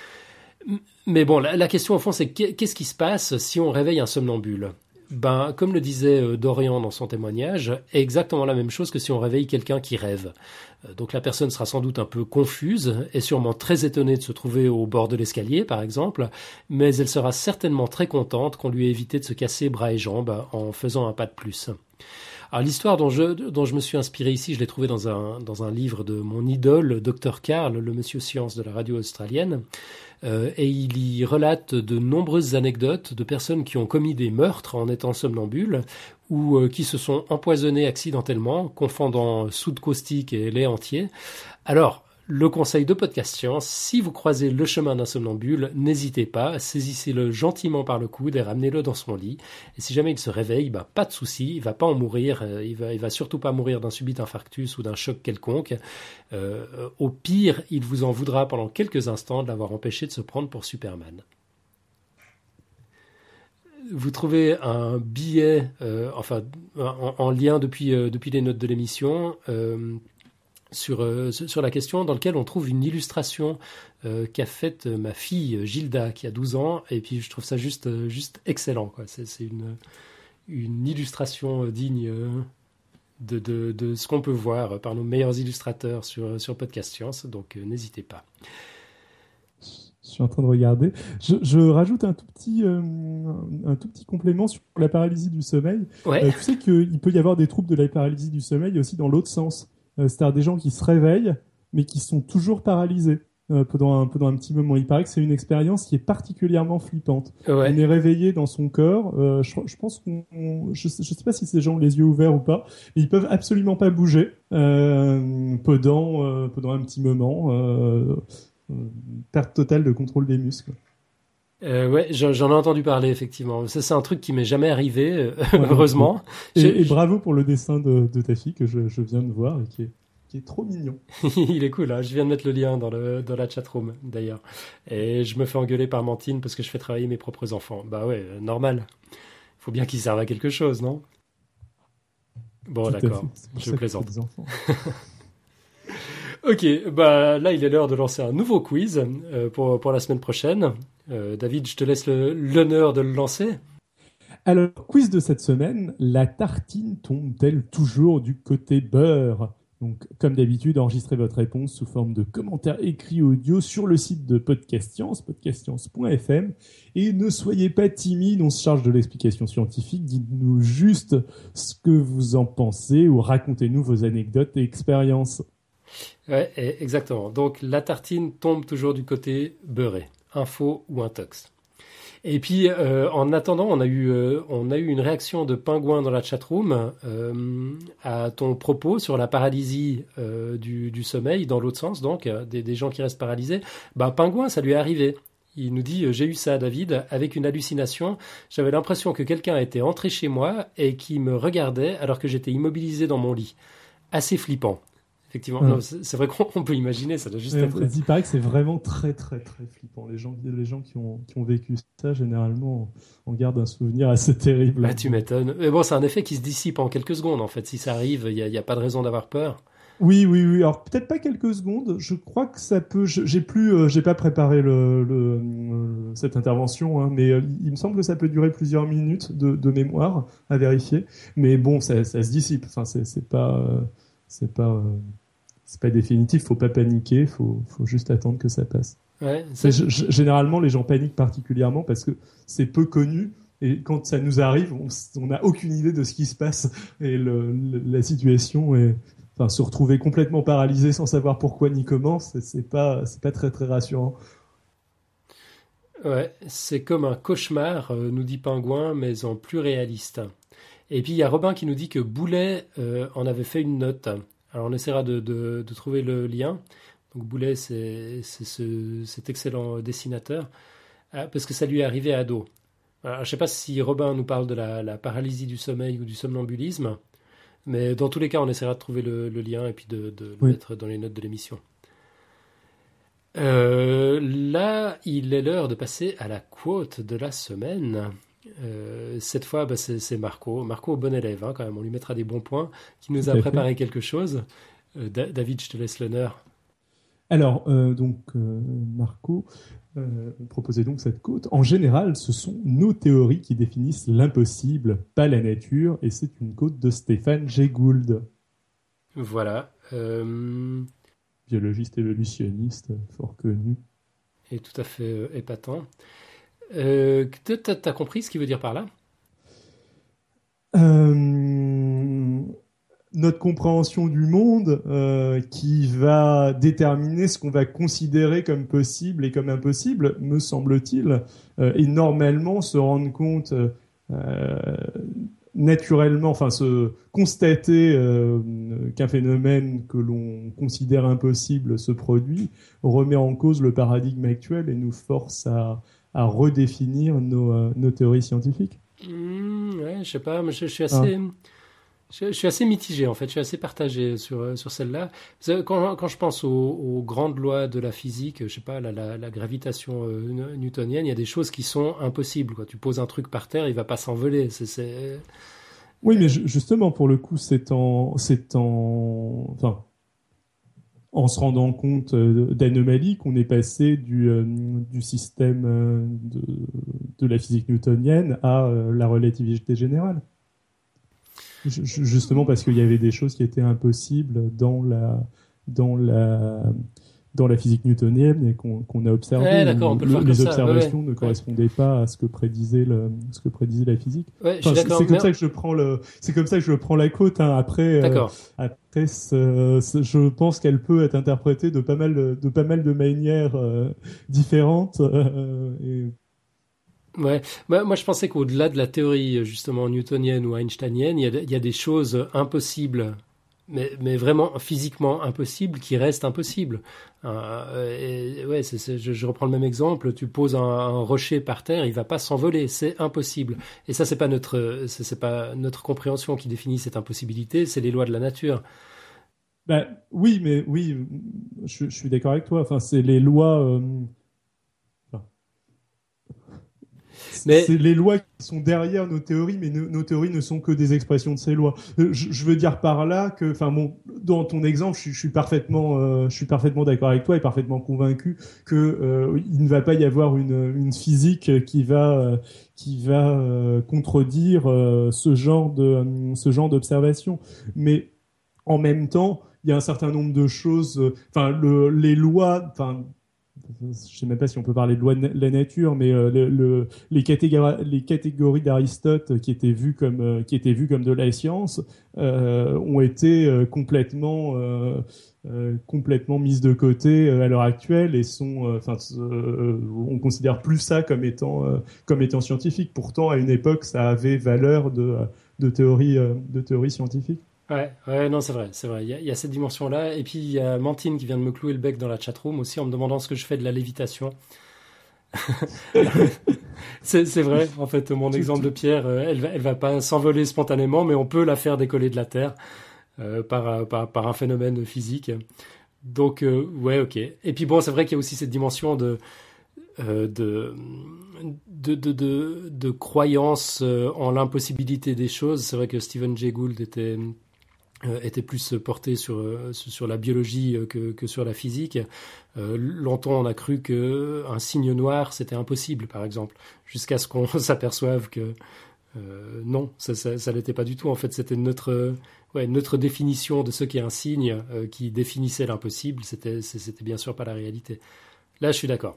Mais bon, la question au fond, c'est qu'est-ce qui se passe si on réveille un somnambule ? Ben, comme le disait Dorian dans son témoignage, exactement la même chose que si on réveille quelqu'un qui rêve. Donc la personne sera sans doute un peu confuse et sûrement très étonnée de se trouver au bord de l'escalier, par exemple, mais elle sera certainement très contente qu'on lui ait évité de se casser bras et jambes en faisant un pas de plus. Alors l'histoire dont je me suis inspiré ici, je l'ai trouvée dans un livre de mon idole, Dr Karl, le monsieur science de la radio australienne, et il y relate de nombreuses anecdotes de personnes qui ont commis des meurtres en étant somnambules ou qui se sont empoisonnés accidentellement, confondant soude caustique et lait entier. Alors, le conseil de Podcast Science, si vous croisez le chemin d'un somnambule, n'hésitez pas, saisissez-le gentiment par le coude et ramenez-le dans son lit. Et si jamais il se réveille, ben, pas de souci, il va pas en mourir, il va surtout pas mourir d'un subit infarctus ou d'un choc quelconque. Au pire, il vous en voudra pendant quelques instants de l'avoir empêché de se prendre pour Superman. Vous trouvez un billet, en lien depuis les notes de l'émission, sur la question, dans lequel on trouve une illustration qu'a faite ma fille Gilda, qui a 12 ans, et puis je trouve ça juste excellent, quoi. C'est une illustration digne de ce qu'on peut voir par nos meilleurs illustrateurs sur Podcast Science, donc n'hésitez pas. Je suis en train de regarder. Je rajoute un tout petit complément sur la paralysie du sommeil. Ouais. Tu sais qu'il peut y avoir des troubles de la paralysie du sommeil aussi dans l'autre sens. C'est-à-dire des gens qui se réveillent, mais qui sont toujours paralysés pendant un petit moment. Il paraît que c'est une expérience qui est particulièrement flippante. Ouais. On est réveillé dans son corps. Je pense je sais pas si ces gens ont les yeux ouverts ou pas, mais ils peuvent absolument pas bouger pendant un petit moment. Perte totale de contrôle des muscles. Ouais, j'en ai entendu parler, effectivement. Ça, c'est un truc qui m'est jamais arrivé, heureusement. Et bravo pour le dessin de ta fille que je viens de voir et qui est trop mignon. Il est cool, hein. Je viens de mettre le lien dans la chatroom, d'ailleurs. Et je me fais engueuler par Mantine parce que je fais travailler mes propres enfants. Bah ouais, normal. Faut bien qu'ils servent à quelque chose, non ? Bon, d'accord. Je plaisante. Ok, bah là il est l'heure de lancer un nouveau quiz pour la semaine prochaine. David, je te laisse l'honneur de le lancer. Alors, quiz de cette semaine, la tartine tombe-t-elle toujours du côté beurre ? Donc, comme d'habitude, enregistrez votre réponse sous forme de commentaire écrit audio sur le site de Podcast Science, podcastscience.fm. Et ne soyez pas timide, on se charge de l'explication scientifique. Dites-nous juste ce que vous en pensez ou racontez-nous vos anecdotes et expériences. Ouais, exactement. Donc, la tartine tombe toujours du côté beurré, info ou intox. Et puis, en attendant, on a eu une réaction de Pingouin dans la chatroom à ton propos sur la paralysie du sommeil, dans l'autre sens, donc, des gens qui restent paralysés. Bah, Pingouin, ça lui est arrivé. Il nous dit, j'ai eu ça, David, avec une hallucination. J'avais l'impression que quelqu'un était entré chez moi et qui me regardait alors que j'étais immobilisé dans mon lit. Assez flippant. Effectivement, non, c'est vrai qu'on peut imaginer, ça doit juste être... Il paraît que c'est vraiment très très très flippant. Les gens qui ont vécu ça, généralement, on garde un souvenir assez terrible. Ah, tu m'étonnes. Mais bon, c'est un effet qui se dissipe en quelques secondes, en fait. Si ça arrive, il n'y a pas de raison d'avoir peur. Oui. Alors, peut-être pas quelques secondes. Je crois que ça peut... j'ai pas préparé cette intervention, hein, mais il me semble que ça peut durer plusieurs minutes de mémoire à vérifier. Mais bon, ça se dissipe. Enfin, c'est pas définitif, faut pas paniquer, faut juste attendre que ça passe. Ouais, généralement, les gens paniquent particulièrement parce que c'est peu connu et quand ça nous arrive, on n'a aucune idée de ce qui se passe et la situation est, enfin, se retrouver complètement paralysé sans savoir pourquoi ni comment, c'est pas très très rassurant. Ouais, c'est comme un cauchemar, nous dit Pingouin, mais en plus réaliste. Et puis il y a Robin qui nous dit que Boulet en avait fait une note. Alors on essaiera de trouver le lien. Donc Boulet, c'est cet excellent dessinateur, parce que ça lui est arrivé ado. Alors, je ne sais pas si Robin nous parle de la paralysie du sommeil ou du somnambulisme, mais dans tous les cas, on essaiera de trouver le lien et puis de le mettre dans les notes de l'émission. Là, il est l'heure de passer à la quote de la semaine. Cette fois, c'est Marco, bon élève, hein, quand même. On lui mettra des bons points, qui nous a préparé quelque chose. David, je te laisse l'honneur. Alors, Marco proposait donc cette quote. En général, ce sont nos théories qui définissent l'impossible, pas la nature, et c'est une quote de Stéphane Jay Gould. Voilà. Biologiste évolutionniste, fort connu. Et tout à fait épatant. T'as compris ce qu'il veut dire par là ? Notre compréhension du monde qui va déterminer ce qu'on va considérer comme possible et comme impossible, me semble-t-il, et normalement se rendre compte naturellement, enfin se constater qu'un phénomène que l'on considère impossible se produit, remet en cause le paradigme actuel et nous force à redéfinir nos théories scientifiques. Ouais, je sais pas, mais je suis assez... Je suis assez mitigé, en fait. Je suis assez partagé sur celle-là. Quand je pense aux grandes lois de la physique, je sais pas, la gravitation newtonienne, il y a des choses qui sont impossibles, quoi. Tu poses un truc par terre, il va pas s'envoler. Oui, mais justement, pour le coup, en se rendant compte d'anomalies qu'on est passé du système de la physique newtonienne à la relativité générale. Justement parce qu'il y avait des choses qui étaient impossibles dans la physique newtonienne et qu'on a observé. Ouais, d'accord, on peut le faire comme les ça. observations ne correspondaient pas à ce que prédisait la physique. Ouais, je suis d'accord. C'est comme ça que je prends la quote. Hein. Après, je pense qu'elle peut être interprétée de pas mal de manières différentes. Ouais, moi je pensais qu'au-delà de la théorie justement newtonienne ou einsteinienne, il y a des choses impossibles, mais vraiment physiquement impossibles qui restent impossibles. Je reprends le même exemple. Tu poses un rocher par terre, il va pas s'envoler, c'est impossible. Et ça c'est pas notre compréhension qui définit cette impossibilité, c'est les lois de la nature. Oui, je suis d'accord avec toi. Enfin, c'est les lois. C'est les lois qui sont derrière nos théories, mais nos théories ne sont que des expressions de ces lois. Je veux dire par là que, dans ton exemple, je suis parfaitement d'accord avec toi et parfaitement convaincu que il ne va pas y avoir une physique qui va contredire ce genre d'observation. Mais En même temps, il y a un certain nombre de choses. Les lois. Enfin, je sais même pas si on peut parler de loi de la nature, mais les catégories d'Aristote qui étaient vues comme de la science ont été complètement mises de côté à l'heure actuelle et on considère plus ça comme étant scientifique. Pourtant, à une époque, ça avait valeur de théorie scientifique. Ouais, non, c'est vrai. Il y a cette dimension-là. Et puis, il y a Mantine qui vient de me clouer le bec dans la chatroom aussi en me demandant ce que je fais de la lévitation. C'est vrai, en fait, mon exemple de pierre, elle va pas s'envoler spontanément, mais on peut la faire décoller de la terre par un phénomène physique. Donc, ouais, ok. Et puis bon, c'est vrai qu'il y a aussi cette dimension de croyance en l'impossibilité des choses. C'est vrai que Stephen Jay Gould était plus porté sur la biologie que sur la physique. Longtemps, on a cru qu'un signe noir, c'était impossible, par exemple, jusqu'à ce qu'on s'aperçoive que non, ça l'était pas du tout. En fait, c'était notre définition de ce qu'est un signe qui définissait l'impossible. C'était bien sûr pas la réalité. Là, je suis d'accord.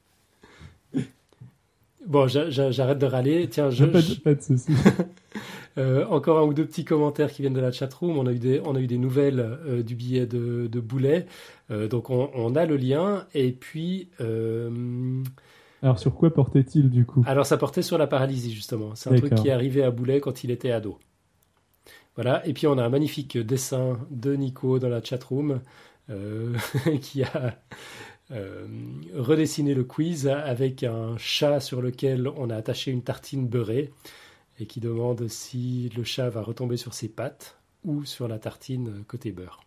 Bon, j'arrête de râler. Tiens, pas de souci. Encore un ou deux petits commentaires qui viennent de la chatroom. On a eu des nouvelles du billet de Boulet. Donc on a le lien. Et puis. Alors sur quoi portait-il du coup? Alors ça portait sur la paralysie justement. C'est un truc qui est arrivé à Boulet quand il était ado. Voilà. Et puis on a un magnifique dessin de Nico dans la chatroom qui a redessiné le quiz avec un chat sur lequel on a attaché une tartine beurrée. Et qui demande si le chat va retomber sur ses pattes ou sur la tartine côté beurre.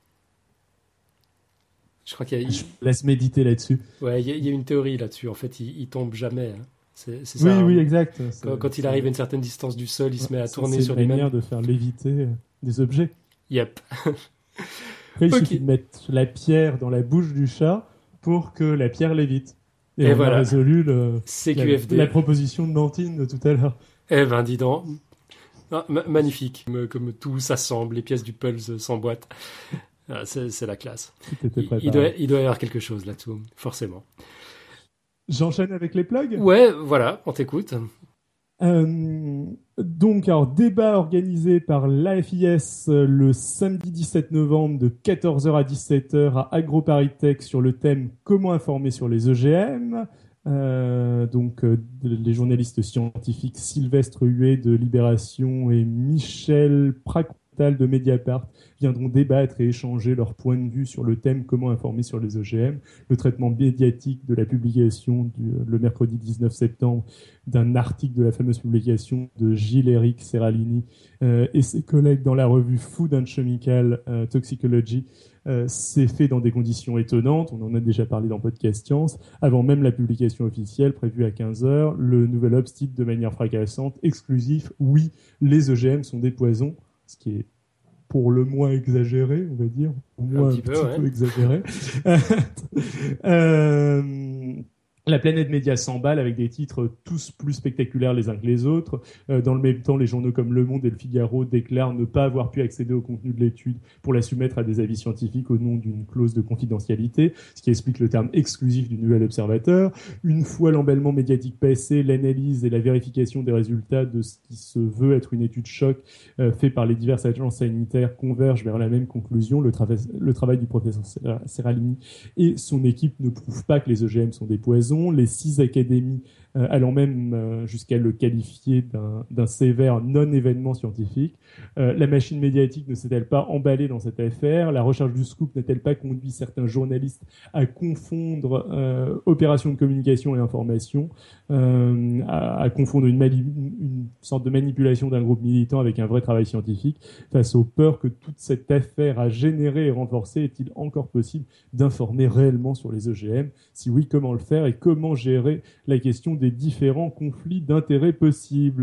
Je crois qu'il y a... Je laisse méditer là-dessus. Ouais, il y a une théorie là-dessus. En fait, il tombe jamais. Hein. C'est ça. Oui, exact. Quand il arrive à une certaine distance du sol, il se met à tourner sur les mêmes. C'est une manière de faire léviter des objets. Yep. Après, il suffit de mettre la pierre dans la bouche du chat pour que la pierre lévite. Et on a résolu la proposition de Mantine de tout à l'heure. Eh ben, dis donc. Ah, magnifique. Comme tout s'assemble, les pièces du puzzle s'emboîtent. Ah, c'est la classe. Il doit y avoir quelque chose là-dessous, forcément. J'enchaîne avec les plugs ? Ouais, voilà, on t'écoute. Donc, débat organisé par l'AFIS le samedi 17 novembre de 14h à 17h à AgroParisTech sur le thème « Comment informer sur les OGM ?» les journalistes scientifiques Sylvestre Huet de Libération et Michel Pracontal de Mediapart viendront débattre et échanger leur point de vue sur le thème comment informer sur les OGM, le traitement médiatique de la publication le mercredi 19 septembre d'un article de la fameuse publication de Gilles-Éric Serralini et ses collègues dans la revue Food and Chemical Toxicology. C'est fait dans des conditions étonnantes, on en a déjà parlé dans Podcast Science, avant même la publication officielle prévue à 15h, le Nouvel Obs titre de manière fracassante, exclusif, oui, les OGM sont des poisons, ce qui est pour le moins exagéré, on va dire, au moins un petit peu exagéré. La planète média s'emballe avec des titres tous plus spectaculaires les uns que les autres. Dans le même temps, les journaux comme Le Monde et Le Figaro déclarent ne pas avoir pu accéder au contenu de l'étude pour la soumettre à des avis scientifiques au nom d'une clause de confidentialité, ce qui explique le terme exclusif du Nouvel Observateur. Une fois l'emballement médiatique passé, l'analyse et la vérification des résultats de ce qui se veut être une étude choc fait par les diverses agences sanitaires convergent vers la même conclusion. Le travail du professeur Serralini et son équipe ne prouvent pas que les OGM sont des poisons. Les 6 académies allant même jusqu'à le qualifier d'un sévère non-événement scientifique. La machine médiatique ne s'est-elle pas emballée dans cette affaire? La recherche du scoop n'a-t-elle pas conduit certains journalistes à confondre opération de communication et information, à confondre une sorte de manipulation d'un groupe militant avec un vrai travail scientifique? Face aux peurs que toute cette affaire a généré et renforcé, est-il encore possible d'informer réellement sur les OGM? Si oui, comment le faire et comment gérer la question des différents conflits d'intérêts possibles?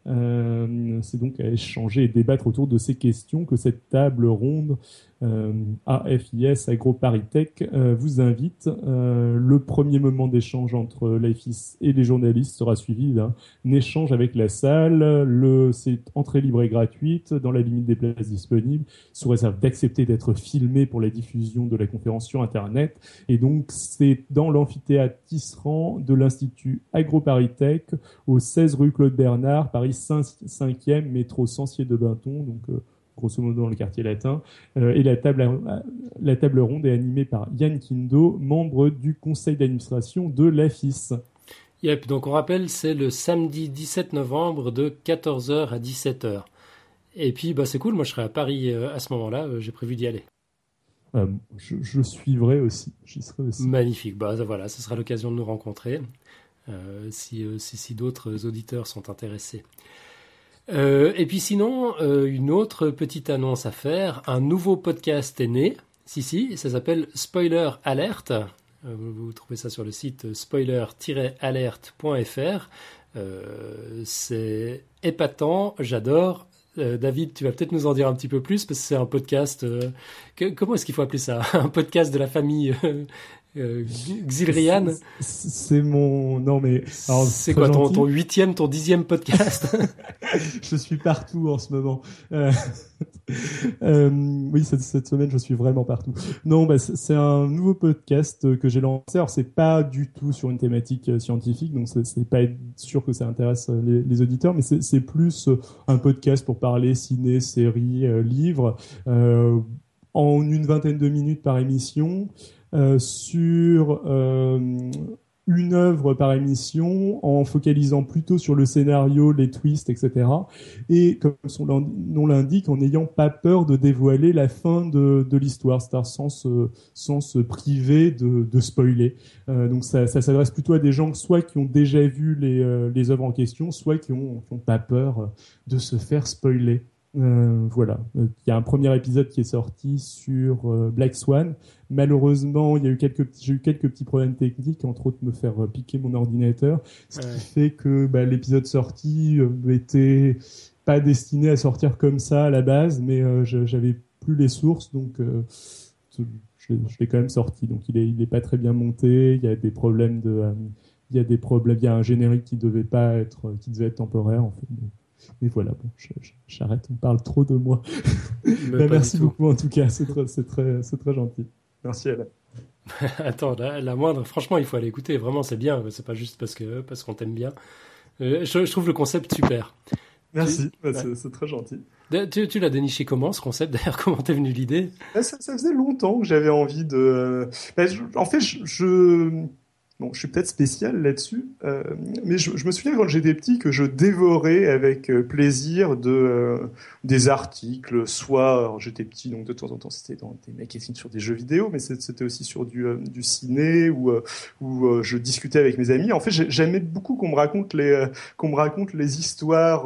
C'est donc à échanger et débattre autour de ces questions que cette table ronde AFIS AgroParisTech vous invite. Le premier moment d'échange entre l'AFIS et les journalistes sera suivi d'un échange avec la salle. C'est entrée libre et gratuite dans la limite des places disponibles, sous réserve d'accepter d'être filmé pour la diffusion de la conférence sur Internet. Et donc, c'est dans l'amphithéâtre Tisserand de l'Institut AgroParisTech, au 16 rue Claude Bernard, Paris 5e, métro Sancier-de-Binton, donc grosso modo dans le quartier latin. Et la table ronde est animée par Yann Kindo, membre du conseil d'administration de l'AFIS. Yep, donc on rappelle, c'est le samedi 17 novembre de 14h à 17h. Et puis, c'est cool, moi je serai à Paris à ce moment-là, j'ai prévu d'y aller. Je suivrai aussi, j'y serai aussi. Magnifique, voilà, ce sera l'occasion de nous rencontrer, si d'autres auditeurs sont intéressés. Et puis sinon, une autre petite annonce à faire, un nouveau podcast est né, ça s'appelle Spoiler Alert. Vous trouvez ça sur le site spoiler-alert.fr. C'est épatant, j'adore. David, tu vas peut-être nous en dire un petit peu plus, parce que c'est un podcast... comment est-ce qu'il faut appeler ça ? Un podcast de la famille Xilrian. C'est mon... Non, mais... Alors, c'est quoi, ton 8e, ton 10e podcast ? Je suis partout en ce moment. Oui, cette semaine, je suis vraiment partout. Non, c'est un nouveau podcast que j'ai lancé. Alors, c'est pas du tout sur une thématique scientifique, donc c'est pas sûr que ça intéresse les auditeurs, mais c'est plus un podcast pour parler ciné, séries, livres, en une vingtaine de minutes par émission, sur une œuvre par émission, en focalisant plutôt sur le scénario, les twists, etc. Et comme son nom l'indique, en n'ayant pas peur de dévoiler la fin de l'histoire, c'est-à-dire sans se priver de spoiler. Donc ça s'adresse plutôt à des gens soit qui ont déjà vu les œuvres en question, soit qui ont pas peur de se faire spoiler. Voilà. Il y a un premier épisode qui est sorti sur Black Swan. Malheureusement, j'ai eu quelques petits problèmes techniques, entre autres me faire piquer mon ordinateur, ce qui fait que l'épisode sorti était pas destiné à sortir comme ça à la base, mais j'avais plus les sources, donc je l'ai quand même sorti. Donc il est pas très bien monté. Il y a des problèmes il y a un générique qui devait être temporaire en fait. Mais voilà, bon, j'arrête, on parle trop de moi. Merci beaucoup en tout cas, c'est très gentil. Merci Alain. Attends, la moindre, franchement, il faut aller écouter, vraiment c'est bien, c'est pas juste parce qu'on t'aime bien. Je trouve le concept super. Merci, c'est très gentil. Tu l'as déniché comment ce concept d'ailleurs? Comment t'es venu l'idée? Ça faisait longtemps que j'avais envie de... en fait, Bon, je suis peut-être spécial là-dessus, mais je me souviens quand j'étais petit que je dévorais avec plaisir des articles, soit, alors j'étais petit, donc de temps en temps c'était dans des magazines sur des jeux vidéo, mais c'était aussi sur du ciné où je discutais avec mes amis. En fait, j'aimais beaucoup qu'on me raconte les histoires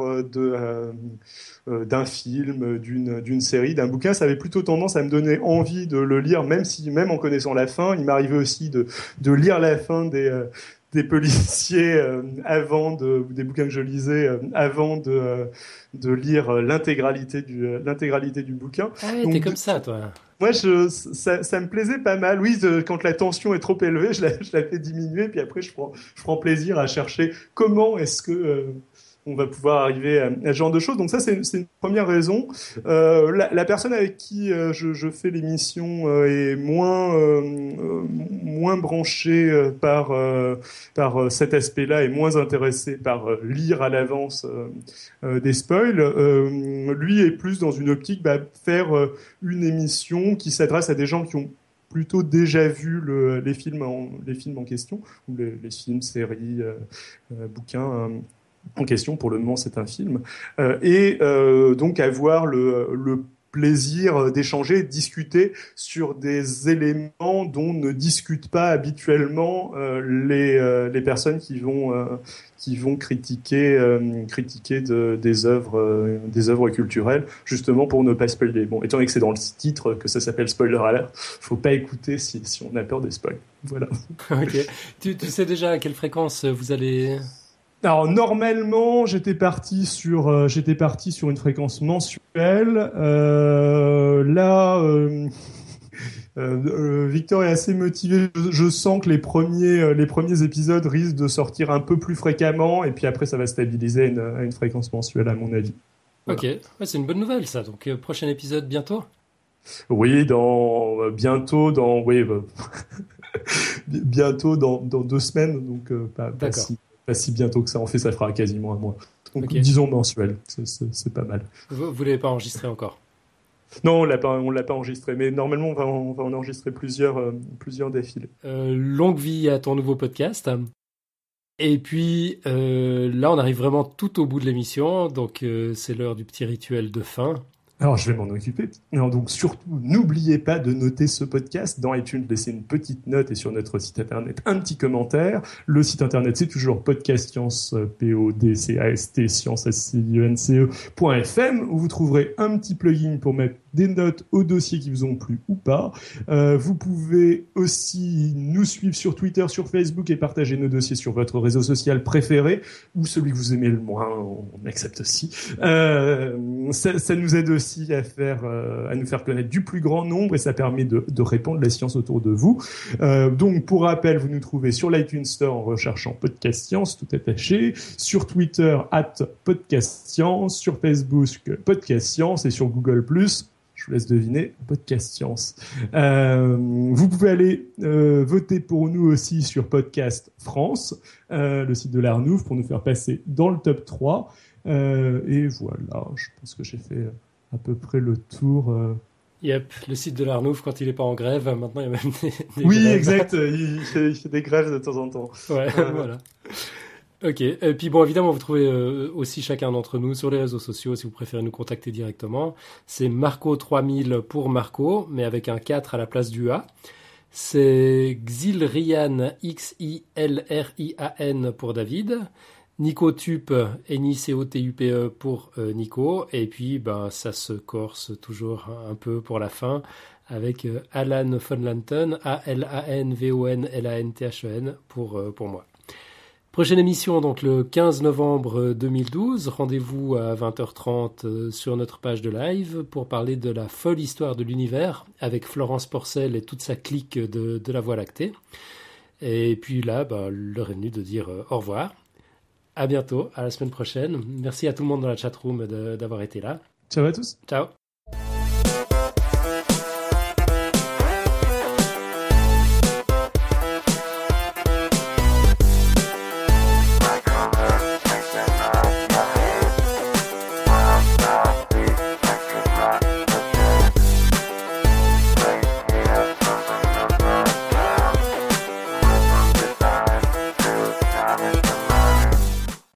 d'un film, d'une série, d'un bouquin. Ça avait plutôt tendance à me donner envie de le lire, même en connaissant la fin. Il m'arrivait aussi de lire la fin des policiers ou des bouquins que je lisais avant de lire l'intégralité du bouquin. Ah oui, t'es comme ça, toi. Moi, ça me plaisait pas mal. Oui, quand la tension est trop élevée, je la fais diminuer, puis après je prends plaisir à chercher comment est-ce que on va pouvoir arriver à ce genre de choses. Donc ça, c'est une première raison. La personne avec qui je fais l'émission est moins branchée par cet aspect-là et moins intéressée par lire à l'avance des spoils. Lui est plus dans une optique faire une émission qui s'adresse à des gens qui ont plutôt déjà vu les films en question, ou les films, séries, bouquins en question. Pour le moment, c'est un film. Donc avoir le plaisir d'échanger, de discuter sur des éléments dont ne discutent pas habituellement les personnes qui vont critiquer des œuvres culturelles, justement pour ne pas spoiler. Bon, étant donné que c'est dans le titre que ça s'appelle Spoiler Alert, faut pas écouter si on a peur des spoils. Voilà. Ok. Tu sais déjà à quelle fréquence vous allez... Alors normalement, j'étais parti sur une fréquence mensuelle. Là, Victor est assez motivé. Je sens que les premiers épisodes risquent de sortir un peu plus fréquemment, et puis après, ça va stabiliser à une fréquence mensuelle, à mon avis. Voilà. Ok, ouais, c'est une bonne nouvelle ça. Donc prochain épisode bientôt. Oui, bientôt dans 2 semaines, donc pas si bientôt que ça. En fait, ça fera quasiment un mois. Donc disons mensuel, c'est pas mal. Vous l'avez pas enregistré encore? Non, on l'a pas enregistré, mais normalement on va en enregistrer plusieurs d'affilée. Longue vie à ton nouveau podcast. Et puis là, on arrive vraiment tout au bout de l'émission, donc c'est l'heure du petit rituel de fin. Alors, je vais m'en occuper. Alors, donc, surtout, n'oubliez pas de noter ce podcast dans iTunes, laissez une petite note et sur notre site internet un petit commentaire. Le site internet, c'est toujours podcast science, podcast science, science.fm, où vous trouverez un petit plugin pour mettre des notes aux dossiers qui vous ont plu ou pas. Vous pouvez aussi nous suivre sur Twitter, sur Facebook et partager nos dossiers sur votre réseau social préféré ou celui que vous aimez le moins, on accepte aussi. Ça nous aide aussi à nous faire connaître du plus grand nombre et ça permet de répandre la science autour de vous. Donc, pour rappel, vous nous trouvez sur l'iTunes Store en recherchant Podcast Science, tout attaché, sur Twitter @PodcastScience, sur Facebook Podcast Science et sur Google+, je vous laisse deviner, Podcast Science. Vous pouvez aller voter pour nous aussi sur Podcast France, le site de l'Arnouf, pour nous faire passer dans le top 3. Et voilà, je pense que j'ai fait à peu près le tour. Yep, le site de l'Arnouf, quand il n'est pas en grève, maintenant il y a même des oui, grèves. Exact, il fait des grèves de temps en temps. Ouais, voilà. Ok, et puis bon, évidemment, vous trouvez aussi chacun d'entre nous sur les réseaux sociaux, si vous préférez nous contacter directement. C'est Marco3000 pour Marco, mais avec un 4 à la place du A. C'est Xilrian, Xilrian pour David. Nicotup, Nicotupe pour Nico. Et puis, ça se corse toujours un peu pour la fin avec Alan von Lanten, ALANVONLANTHEN pour moi. Prochaine émission, donc le 15 novembre 2012. Rendez-vous à 20h30 sur notre page de live pour parler de la folle histoire de l'univers avec Florence Porcel et toute sa clique de la Voie lactée. Et puis là, l'heure est venue de dire au revoir. À bientôt, à la semaine prochaine. Merci à tout le monde dans la chatroom d'avoir été là. Ciao à tous. Ciao.